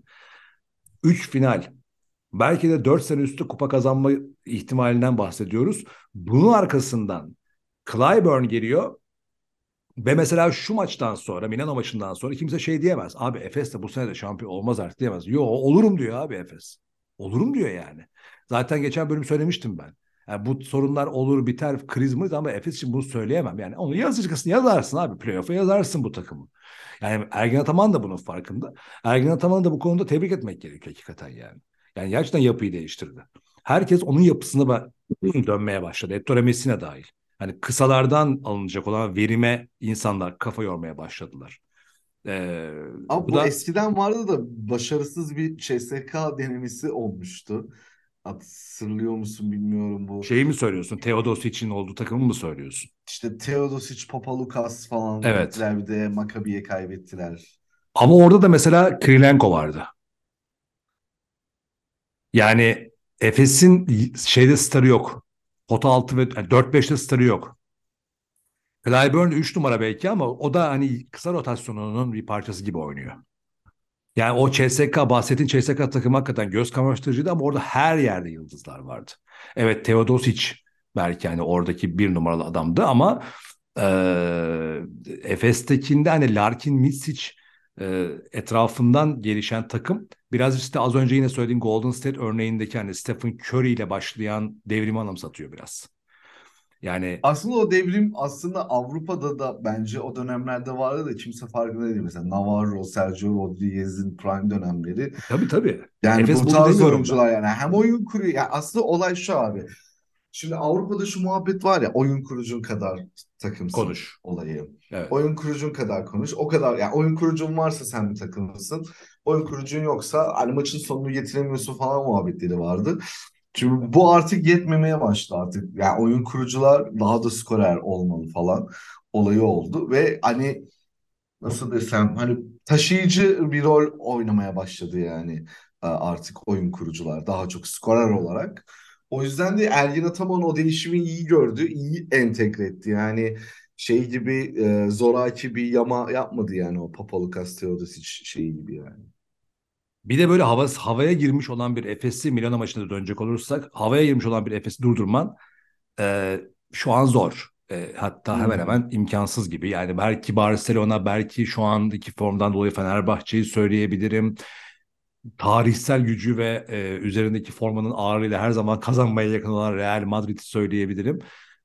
Üç final. Belki de dört sene üstü kupa kazanma ihtimalinden bahsediyoruz. Bunun arkasından Clyburn geliyor ve mesela şu maçtan sonra, Milano maçından sonra kimse şey diyemez. Abi Efes de bu sene de şampiyon olmaz artık diyemez. Yo olurum diyor abi Efes. Olurum diyor yani. Zaten geçen bölüm söylemiştim ben. Yani bu sorunlar olur biter kriz mi ama Efes için bunu söyleyemem. Yani onu yazıcısını yazarsın abi. Playoff'a yazarsın bu takımı. Yani Ergin Ataman da bunun farkında. Ergin Ataman'ı da bu konuda tebrik etmek gerekiyor hakikaten yani. Yani gerçekten yapıyı değiştirdi. Herkes onun yapısına dönmeye başladı. Ettore Messina dahil. Hani kısalardan alınacak olan verime insanlar kafa yormaya başladılar. Ee, Abi bu bu da eskiden vardı da başarısız bir C S K denemesi olmuştu. Hatırlıyor musun bilmiyorum bu. şeyi mi söylüyorsun? Teodosic'in olduğu takımı mı söylüyorsun? İşte Teodosic, Papalukas falan Evet. gittiler, bir de Maccabi'ye kaybettiler. Ama orada da mesela Kirilenko vardı. Yani Efes'in şeyde starı yok. Pota altı ve yani dört beşte starı yok. Clyburn üç numara belki ama o da hani kısa rotasyonunun bir parçası gibi oynuyor. Yani o C S K bahsettiğin C S K takımı hakikaten göz kamaştırıcıydı ama orada her yerde yıldızlar vardı. Evet Teodosic belki hani oradaki bir numaralı adamdı ama e, Efes'tekinde hani Larkin, Misic e, etrafından gelişen takım biraz işte az önce yine söylediğim Golden State örneğindeki hani Stephen Curry ile başlayan devrimi anımsatıyor biraz. Yani Aslında o devrim aslında Avrupa'da da bence o dönemlerde vardı da kimse farkında değil. Mesela Navarro, Sergio Rodriguez'in prime dönemleri. tabii tabii. Yani Efes bu buldu tarz demiyorum ben. oyuncular yani hem oyun kuruyor. Yani aslında olay şu abi. Şimdi Avrupa'da şu muhabbet var ya, oyun kurucun kadar takımsın Konuş. olayı. Evet. Oyun kurucun kadar konuş. O kadar yani oyun kurucun varsa sen bir takımlısın. Oyun kurucun yoksa hani maçın sonunu getiremiyorsun falan muhabbetleri vardı. Şimdi bu artık yetmemeye başladı artık. Yani oyun kurucular daha da skorer olmalı falan olayı oldu ve hani nasıl desem hani taşıyıcı bir rol oynamaya başladı yani e, artık oyun kurucular daha çok skorer olarak. O yüzden de Ergin Ataman o değişimi iyi gördü, iyi entegre etti. Yani şey gibi e, zoraki bir yama yapmadı yani o Papalukas Teodosic şeyi gibi yani. Bir de böyle hava, havaya girmiş olan bir Efes'i Milano maçına dönecek olursak havaya girmiş olan bir Efes'i durdurman e, şu an zor. E, hatta hemen Hmm. hemen imkansız gibi. Yani belki Barcelona, belki şu andaki formdan dolayı Fenerbahçe'yi söyleyebilirim. Tarihsel gücü ve e, üzerindeki formanın ağırlığıyla her zaman kazanmaya yakın olan Real Madrid'i söyleyebilirim.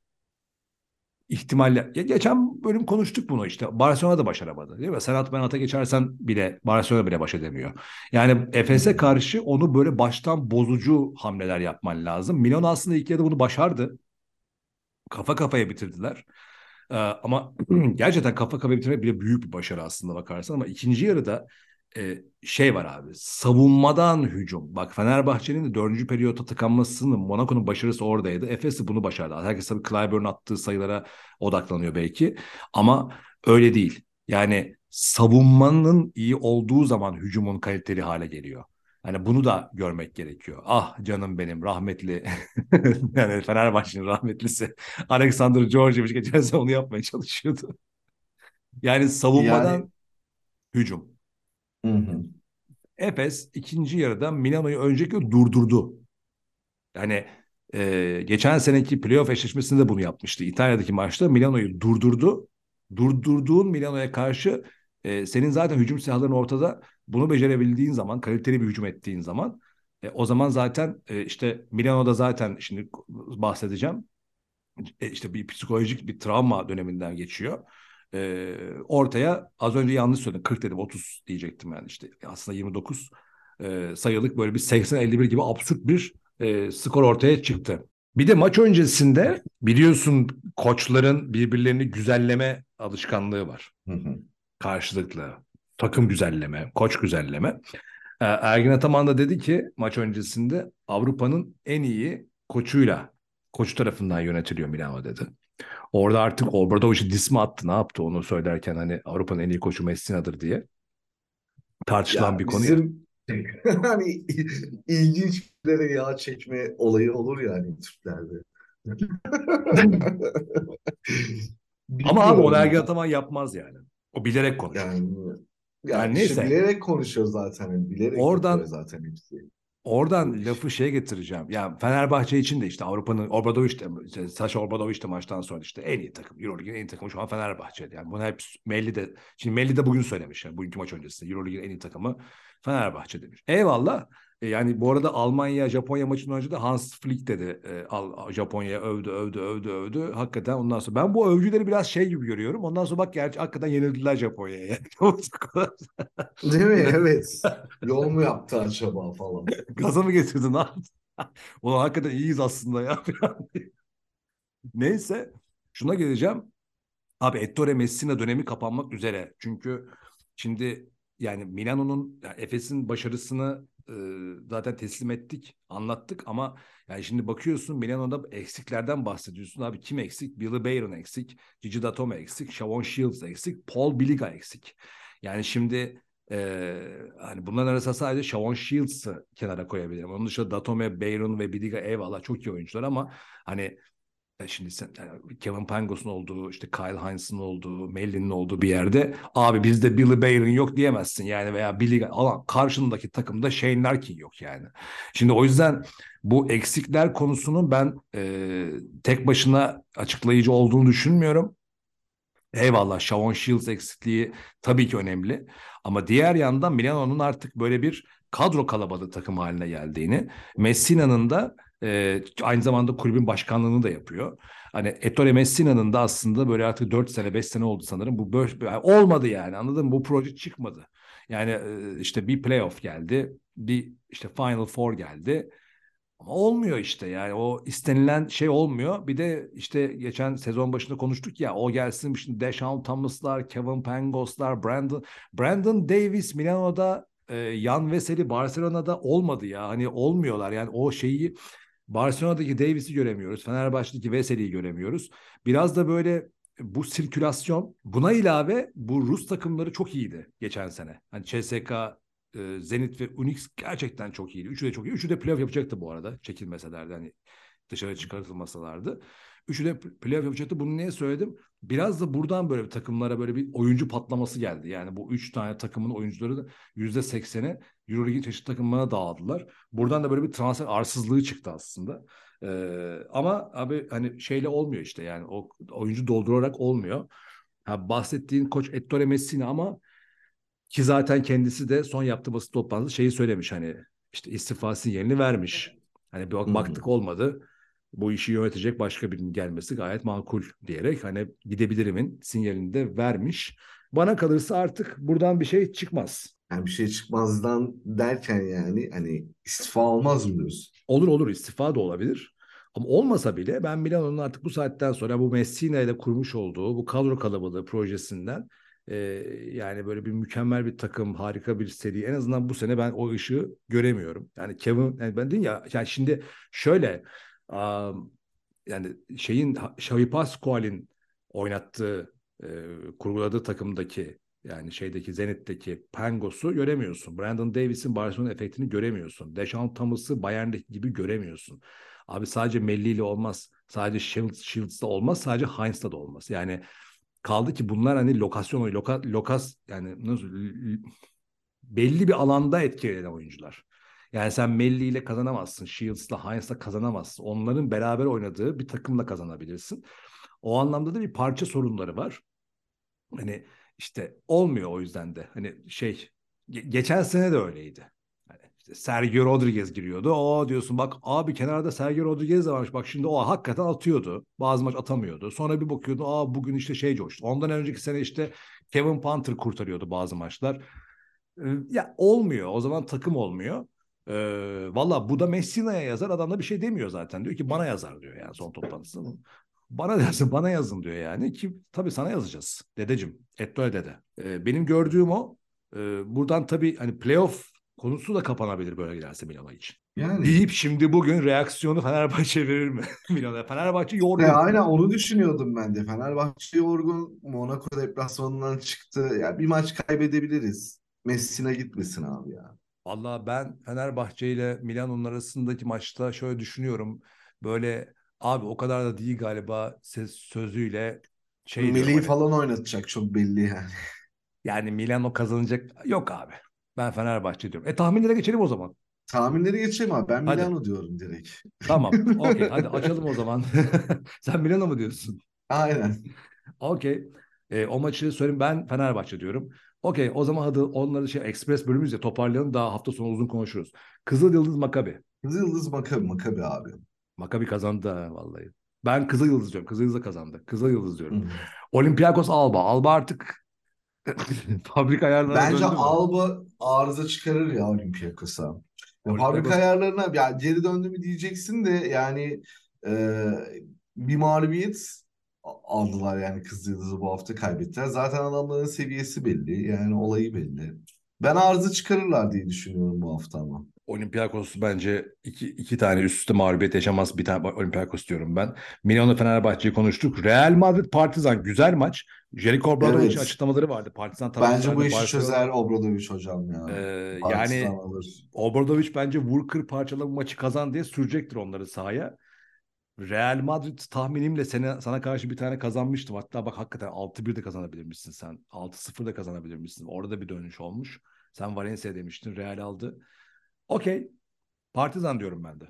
İhtimalle ya geçen bölüm konuştuk bunu işte. Barcelona da başaramadı değil mi? Serhat Menat'a geçersen bile Barcelona bile baş edemiyor. Yani Hı Efes'e hı. karşı onu böyle baştan bozucu hamleler yapman lazım. Milan aslında ilk yarıda bunu başardı. Kafa kafaya bitirdiler. Ee, ama gerçekten kafa kafaya bitirmek bile büyük bir başarı aslında bakarsan. Ama ikinci yarıda e, şey var abi. Savunmadan hücum. Bak Fenerbahçe'nin de dördüncü periyotta tıkanmasının Monaco'nun başarısı oradaydı. Efes de bunu başardı. Herkes tabii Clyburn'un attığı sayılara odaklanıyor belki. Ama öyle değil. Yani savunmanın iyi olduğu zaman hücumun kaliteli hale geliyor. Hani bunu da görmek gerekiyor. Ah canım benim rahmetli yani Fenerbahçe'nin rahmetlisi Alexander Georgievich geçen sene onu yapmaya çalışıyordu. Yani Yani savunmadan hücum. hı hı. Efes ikinci yarıda Milano'yu öncelikle durdurdu. Yani e, geçen seneki playoff eşleşmesinde bunu yapmıştı. İtalya'daki maçta Milano'yu durdurdu. Durdurduğun Milano'ya karşı e, senin zaten hücum silahların ortada. Bunu becerebildiğin zaman, kaliteli bir hücum ettiğin zaman e, o zaman zaten e, işte Milano'da zaten şimdi bahsedeceğim. E, işte bir psikolojik bir travma döneminden geçiyor. E, ortaya az önce yanlış söyledim. kırk dedim otuz diyecektim yani işte aslında yirmi dokuz e, sayılık böyle bir seksen elli bir gibi absürt bir e, skor ortaya çıktı. Bir de maç öncesinde biliyorsun koçların birbirlerini güzelleme alışkanlığı var. Hı hı. Karşılıklı. Takım güzelleme, koç güzelleme. E, Ergin Ataman da dedi ki maç öncesinde Avrupa'nın en iyi koçuyla koç tarafından yönetiliyor Milano dedi. Orada artık Obradovic'i diss mi attı ne yaptı onu söylerken hani Avrupa'nın en iyi koçu Messina'dır diye tartışılan Ya bir konu ya. bizim hani ilginç şeylere yağ çekme olayı olur yani Türklerde. Ama abi onu Bilmiyorum Ergin ya. Ataman yapmaz yani. O bilerek konuşur. Yani ya Yani işte neyse bilerek konuşuyor zaten. Yani bilerek yapıyor oradan zaten hepsi. Bu oradan iş. lafı şeye getireceğim. Yani Fenerbahçe için de işte Avrupa'nın Obradoviç de işte Saša Obradoviç de maçtan sonra işte en iyi takım. Euroleague'in en iyi takımı şu an Fenerbahçe'de. Yani bunu hep Melli de şimdi Melli de bugün söylemiş yani bugünkü maç öncesinde Euroleague'in en iyi takımı Fenerbahçe demiş. Eyvallah. E, yani bu arada Almanya Japonya maçından önce de Hans Flick dedi. E, Al, Japonya'ya övdü övdü övdü övdü. Hakikaten ondan sonra ben bu övgüleri biraz şey gibi görüyorum. Ondan sonra bak gerçi hakikaten yenildiler Japonya'ya. Değil mi? Evet. Yol mu yaptı acaba falan. Gaza mı getirdin abi? Ulan hakikaten iyiyiz aslında ya. Neyse şuna geleceğim. Abi Ettore Messina dönemi kapanmak üzere. Çünkü şimdi yani Milano'nun yani Efes'in başarısını e, zaten teslim ettik, anlattık ama yani şimdi bakıyorsun Milano'da eksiklerden bahsediyorsun. Abi kim eksik? Billy Bayron eksik, Gigi Datome eksik, Shavon Shields eksik, Paul Biliga eksik. Yani şimdi e, hani bunların arasında sadece Shavon Shields'ı kenara koyabilirim. Onun dışında Datome, Bayron ve Biliga eyvallah çok iyi oyuncular ama hani ya şimdi sen, yani Kevin Pangos'un olduğu, işte Kyle Hines'ın olduğu, Mellin'in olduğu bir yerde abi bizde Billy Bayron yok diyemezsin yani veya Billy alan karşındaki takımda Shane Larkin yok yani. Şimdi o yüzden bu eksikler konusunun ben e, tek başına açıklayıcı olduğunu düşünmüyorum. Eyvallah Shavon Shields eksikliği tabii ki önemli. Ama diğer yandan Milano'nun artık böyle bir kadro kalabalığı takım haline geldiğini, Messina'nın da e, aynı zamanda kulübün başkanlığını da yapıyor. Hani Ettore Messina'nın da aslında böyle artık dört sene beş sene oldu sanırım. Bu böyle, yani olmadı yani, anladın mı? Bu proje çıkmadı. Yani e, işte bir playoff geldi. Bir işte Final Four geldi. Ama olmuyor işte, yani o istenilen şey olmuyor. Bir de işte geçen sezon başında konuştuk ya, o gelsin şimdi Deshaun Thomas'lar, Kevin Pangos'lar, Brandon Brandon Davis Milano'da, e, Jan Veseli Barcelona'da olmadı ya. Hani olmuyorlar yani, o şeyi Barcelona'daki Davis'i göremiyoruz. Fenerbahçe'deki Veseli'yi göremiyoruz. Biraz da böyle bu sirkülasyon, buna ilave bu Rus takımları çok iyiydi geçen sene. Hani C S K, e, Zenit ve Unix gerçekten çok iyiydi. Üçü de çok iyi. Üçü de playoff yapacaktı bu arada. Çekilmeselerdi, hani dışarı çıkartılmasalardı. Üçü de playoff yapacaktı. Bunu niye söyledim? Biraz da buradan böyle bir takımlara böyle bir oyuncu patlaması geldi. Yani bu üç tane takımın oyuncuları da yüzde sekseni Euroleague'in çeşitli takımlarına dağıldılar. Buradan da böyle bir transfer arsızlığı çıktı aslında. Ee, ama abi hani şeyle olmuyor işte, yani o oyuncu doldurarak olmuyor. Ha, bahsettiğin koç Ettore Messina, ama ki zaten kendisi de son yaptığı basın toplantısı şeyi söylemiş, hani işte istifa sinyalini vermiş. Hani bir Hı bak- hı. baktık olmadı. Bu işi yönetecek başka birinin gelmesi gayet makul diyerek hani gidebilirimin sinyalini de vermiş. Bana kalırsa artık buradan bir şey çıkmaz. Yani bir şey çıkmazdan derken yani hani istifa olmaz mı diyorsun? Olur olur, istifa da olabilir. Ama olmasa bile ben Milano'nun artık bu saatten sonra bu Messina ile kurmuş olduğu bu kadro kalabalığı projesinden, e, yani böyle bir mükemmel bir takım, harika bir seri, en azından bu sene ben o ışığı göremiyorum. Yani Kevin, yani ben dedim ya, yani şimdi şöyle, um, yani şeyin Xavi Pascual'in oynattığı, e, kurguladığı takımdaki, yani şeydeki Zenit'teki Pangos'u göremiyorsun. Brandon Davis'in Barcelona efektini göremiyorsun. Deshaun Thomas'ı Bayern'deki gibi göremiyorsun. Abi sadece Melli ile olmaz. Sadece Shields, Shields'da olmaz. Sadece Heinz'da da olmaz. Yani kaldı ki bunlar hani lokasyon, loka, lokas yani nasıl, belli bir alanda etki eden oyuncular. Yani sen Melli ile kazanamazsın. Shields'la, Heinz'la kazanamazsın. Onların beraber oynadığı bir takımla kazanabilirsin. O anlamda da bir parça sorunları var. Hani işte olmuyor o yüzden de. Hani şey, ge- geçen sene de öyleydi. Hani işte Sergio Rodriguez giriyordu. O diyorsun bak abi, kenarda Sergio Rodriguez de varmış. Bak şimdi o hakikaten atıyordu. Bazı maç atamıyordu. Sonra bir bakıyordu, aa bugün işte şey coştu. Ondan önceki sene işte Kevin Panther kurtarıyordu bazı maçlar. Ee, Ya olmuyor. O zaman takım olmuyor. Ee, valla bu da Messina'ya yazar. Adam da bir şey demiyor zaten. Diyor ki bana yazar diyor yani son toplantısında. Bana yazın, bana yazın diyor yani, ki tabii sana yazacağız dedeciğim. Ettore dede. Ee, benim gördüğüm o. Ee, buradan tabii hani playoff konusu da kapanabilir böyle giderse Milano için. Yani Deyip şimdi bugün reaksiyonu Fenerbahçe verir mi Milano'ya? Fenerbahçe ve yorgun. aynen onu düşünüyordum ben de. Fenerbahçe yorgun. Monaco deplasmanından çıktı. Ya bir maç kaybedebiliriz. Messina gitmesin abi ya. Vallahi ben Fenerbahçe ile Milano'nun arasındaki maçta şöyle düşünüyorum. Böyle abi o kadar da değil galiba, ses sözüyle şey diyorum Melih'i hani. falan oynatacak çok belli yani. Yani Milano kazanacak. Yok abi. Ben Fenerbahçe diyorum. E tahminlere geçelim o zaman. Tahminleri geçeyim abi. Ben Hadi. Milano diyorum direkt. Tamam. Okey. Hadi açalım o zaman. Sen Milano mu diyorsun? Aynen. Okey. E, o maçı söyleyeyim, ben Fenerbahçe diyorum. Okey. O zaman hadi onları şey ekspres bölümümüzle toparlayalım. Daha hafta sonu uzun konuşuruz. Kızıl Yıldız Makabi. Kızıl Yıldız Makabi, Makabi abi. Makabi kazandı ha, vallahi. Ben Kızıl Yıldız diyorum. Kızıl Yıldız da kazandı. Kızıl Yıldız Hı. diyorum. Olympiakos Alba. Alba artık fabrika ayarlarına Bence döndü mü? Alba arıza çıkarır ya Olympiakos'a. Ya fabrika Olympiakos ayarlarına ya geri döndü mü diyeceksin de yani e, bir mağlubiyet a- aldılar yani Kızılyıldız'ı bu hafta kaybettiler. Zaten adamların seviyesi belli yani olayı belli. Ben arıza çıkarırlar diye düşünüyorum bu hafta ama. Olympiakos bence iki, iki tane üst üste mağlubiyet yaşamaz bir tane Olympiakos diyorum ben. Milano Fenerbahçe'yi konuştuk. Real Madrid Partizan güzel maç. Jeliko Obradovic'in Evet. açıklamaları vardı. Partizan Bence taraftarı bu da işi çözer Barcelona. Obradoviç hocam Ee, ya. Partizan Yani alır. Obradovic bence vur kır parçala bu maçı kazan diye sürecektir onları sahaya. Real Madrid tahminimle sana, sana karşı bir tane kazanmıştım. Hatta bak hakikaten altı bir de kazanabilir misin sen? altı sıfır da kazanabilir misin? Orada da bir dönüş olmuş. Sen Valencia demiştin. Real aldı. Okey. Partizan diyorum ben de.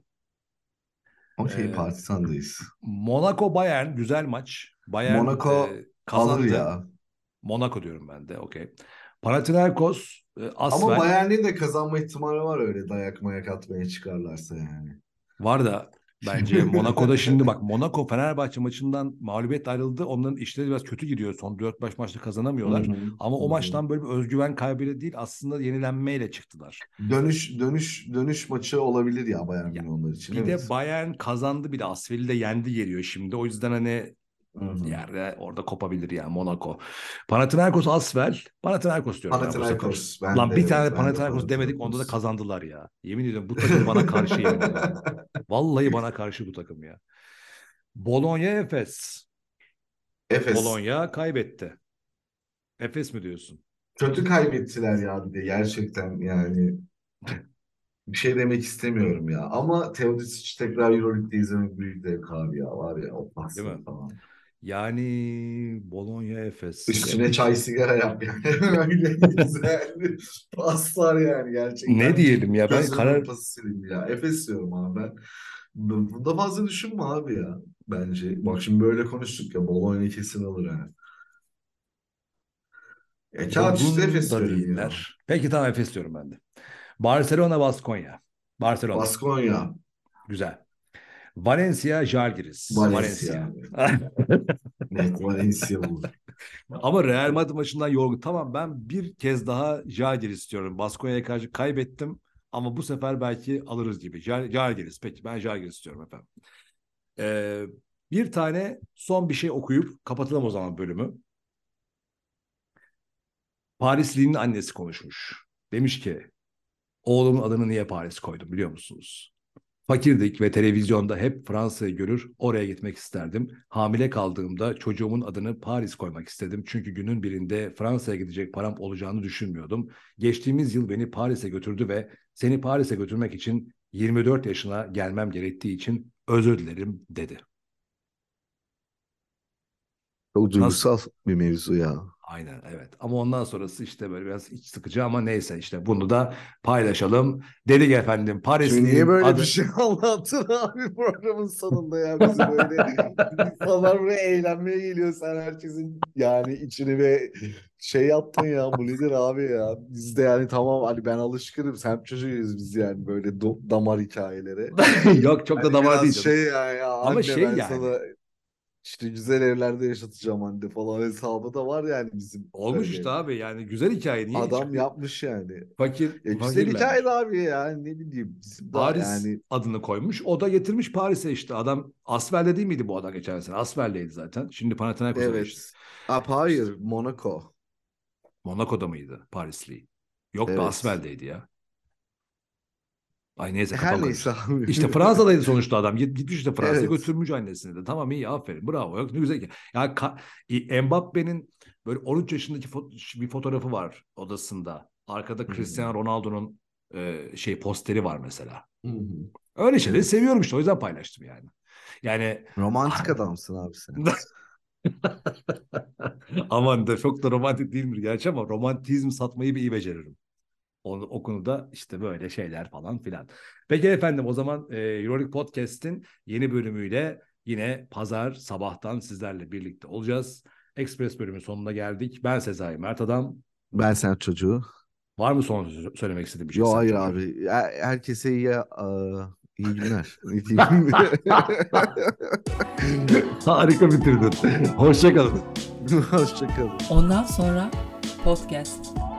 Okey Ee, Partizan'dayız. Monaco Bayern güzel maç. Bayern e, Monaco alır kazandı. ya. Monaco diyorum ben de. Okey. Panathinaikos, e, Ama Asvel Bayern'in de kazanma ihtimali var öyle dayak mayak atmaya çıkarlarsa yani. var da bence Monaco'da şimdi bak Monaco Fenerbahçe maçından mağlubiyetle ayrıldı. Onların işleri biraz kötü gidiyor. Son dört beş maçta Hı kazanamıyorlar. hı, Ama hı o hı. maçtan böyle bir özgüven kaybıyla değil aslında yenilenmeyle çıktılar. Dönüş dönüş dönüş maçı olabilir ya Bayern Ya, Münih onlar için, bir de evet. Bayern kazandı bir de Asvel'i de yendi geliyor şimdi. O yüzden hani Hı hı. yerde orada kopabilir yani Monaco. Panathinaikos Asvel. Panathinaikos diyorum ben bu sefer. Panathinaikos, ben Lan de bir evet, tane ben de Panathinaikos demedik onda da Panathinaikos. kazandılar ya. Yemin ediyorum bu takım bana karşı yemin ediyorum. Vallahi bana karşı bu takım ya. Bologna Efes. Efes. Bologna kaybetti. Efes mi diyorsun? Kötü kaybettiler ya bir de gerçekten yani. Bir şey demek istemiyorum ya. Ama Teodosic tekrar Euroleague'de izlemek büyük zevk abi ya. Var ya o Değil mi? pasları falan. Yani Bologna Efes. Ya Üstüne bir, çay sigara yap yani. Öyle güzel paslar yani ne gerçekten. diyelim ya ben Gözümün karar pası silindi ya. Efes diyorum abi ben. Bu- Bunda fazla düşünme abi ya. Bence. Bak şimdi böyle konuştuk ya. Bologna kesin alır yani. Ya kağıt üstü olgun Efes da diyorum ya. değiller. Peki tamam Efes diyorum ben de. Barcelona Baskonya. Barcelona. Baskonya. Güzel. Valencia Žalgiris. Valencia Valencia. abi. Net Valencia olur. Ama Real Madrid maçından yorgun. Tamam ben bir kez daha Žalgiris istiyorum. Baskonya'ya karşı kaybettim. Ama bu sefer belki alırız gibi. Žal- Žalgiris. Peki ben Žalgiris istiyorum efendim. Ee, bir tane son bir şey okuyup kapatalım o zaman bölümü. Parisli'nin annesi konuşmuş. Demiş ki oğlumun adını niye Paris koydum biliyor musunuz? Fakirdik ve televizyonda hep Fransa'yı görür, oraya gitmek isterdim. Hamile kaldığımda çocuğumun adını Paris koymak istedim. Çünkü günün birinde Fransa'ya gidecek param olacağını düşünmüyordum. Geçtiğimiz yıl beni Paris'e götürdü ve seni Paris'e götürmek için yirmi dört yaşına gelmem gerektiği için özür dilerim dedi. Çok Nasıl? duygusal bir mevzu ya. Aynen evet. Ama ondan sonrası işte böyle biraz iç sıkıcı ama neyse işte bunu da paylaşalım. Dedik efendim Şimdi niye Parisli'nin böyle bir adı şey anlattın abi programın sonunda ya bizi böyle insanlar buraya eğlenmeye geliyor sen herkesin yani içini ve şey yaptın ya bu nedir abi ya biz de yani tamam hani ben alışkınım sen çocuğuyuz biz yani böyle do- damar hikayelere yok çok da hani damar değil biraz canım. şey ya, ya Ama anne şey ben yani sana işte güzel evlerde yaşatacağım anne falan hesabı da var yani bizim olmuş işte öyle abi yani güzel hikaye niye hiç adam yapmış yani. fakir Ya güzel hikaye de fakirlermiş. abi yani ne bileyim bizim daha Paris yani adını koymuş. O da getirmiş Paris'e işte. Adam Asvel'de değil miydi bu adam geçen sene? Asvel'deydi zaten. Şimdi Panathinaikos'a geçti. evet. Aa, İşte hayır Monaco. Monaco'da mıydı Parisli? Yok be Evet. Asvel'deydi ya. Ay neyse Her kafam neyse karıştı. abi. İşte Fransa'daydı sonuçta adam. Git- Gitmiş işte Fransa'ya Evet. götürmüş annesini de. Tamam iyi aferin bravo. Yok ne güzel ki. Ya Ka- e, Mbappe'nin böyle on üç yaşındaki fo- bir fotoğrafı var odasında. Arkada Hı hı. Cristiano Ronaldo'nun e, şey posteri var mesela. Hı hı. Öyle şeyleri Evet. seviyorum işte o yüzden paylaştım yani. Yani Romantik adamsın abi sen. aman da çok da romantik değildir gerçi ama romantizm satmayı bir iyi beceririm. O, o konuda işte böyle şeyler falan filan. Peki efendim o zaman e, Euroleague Podcast'in yeni bölümüyle yine pazar sabahtan sizlerle birlikte olacağız. Express bölümün sonuna geldik. Ben Sezai Mert Adam. Ben sen çocuğu. Var mı son sö- söylemek istediğin bir şey Yo sen hayır çocuğum? abi. Her- Herkese iyi, aa, iyi günler. Ne diyeyim? Harika bitirdin. Hoşça kalın. Hoşçakalın. Ondan sonra podcast.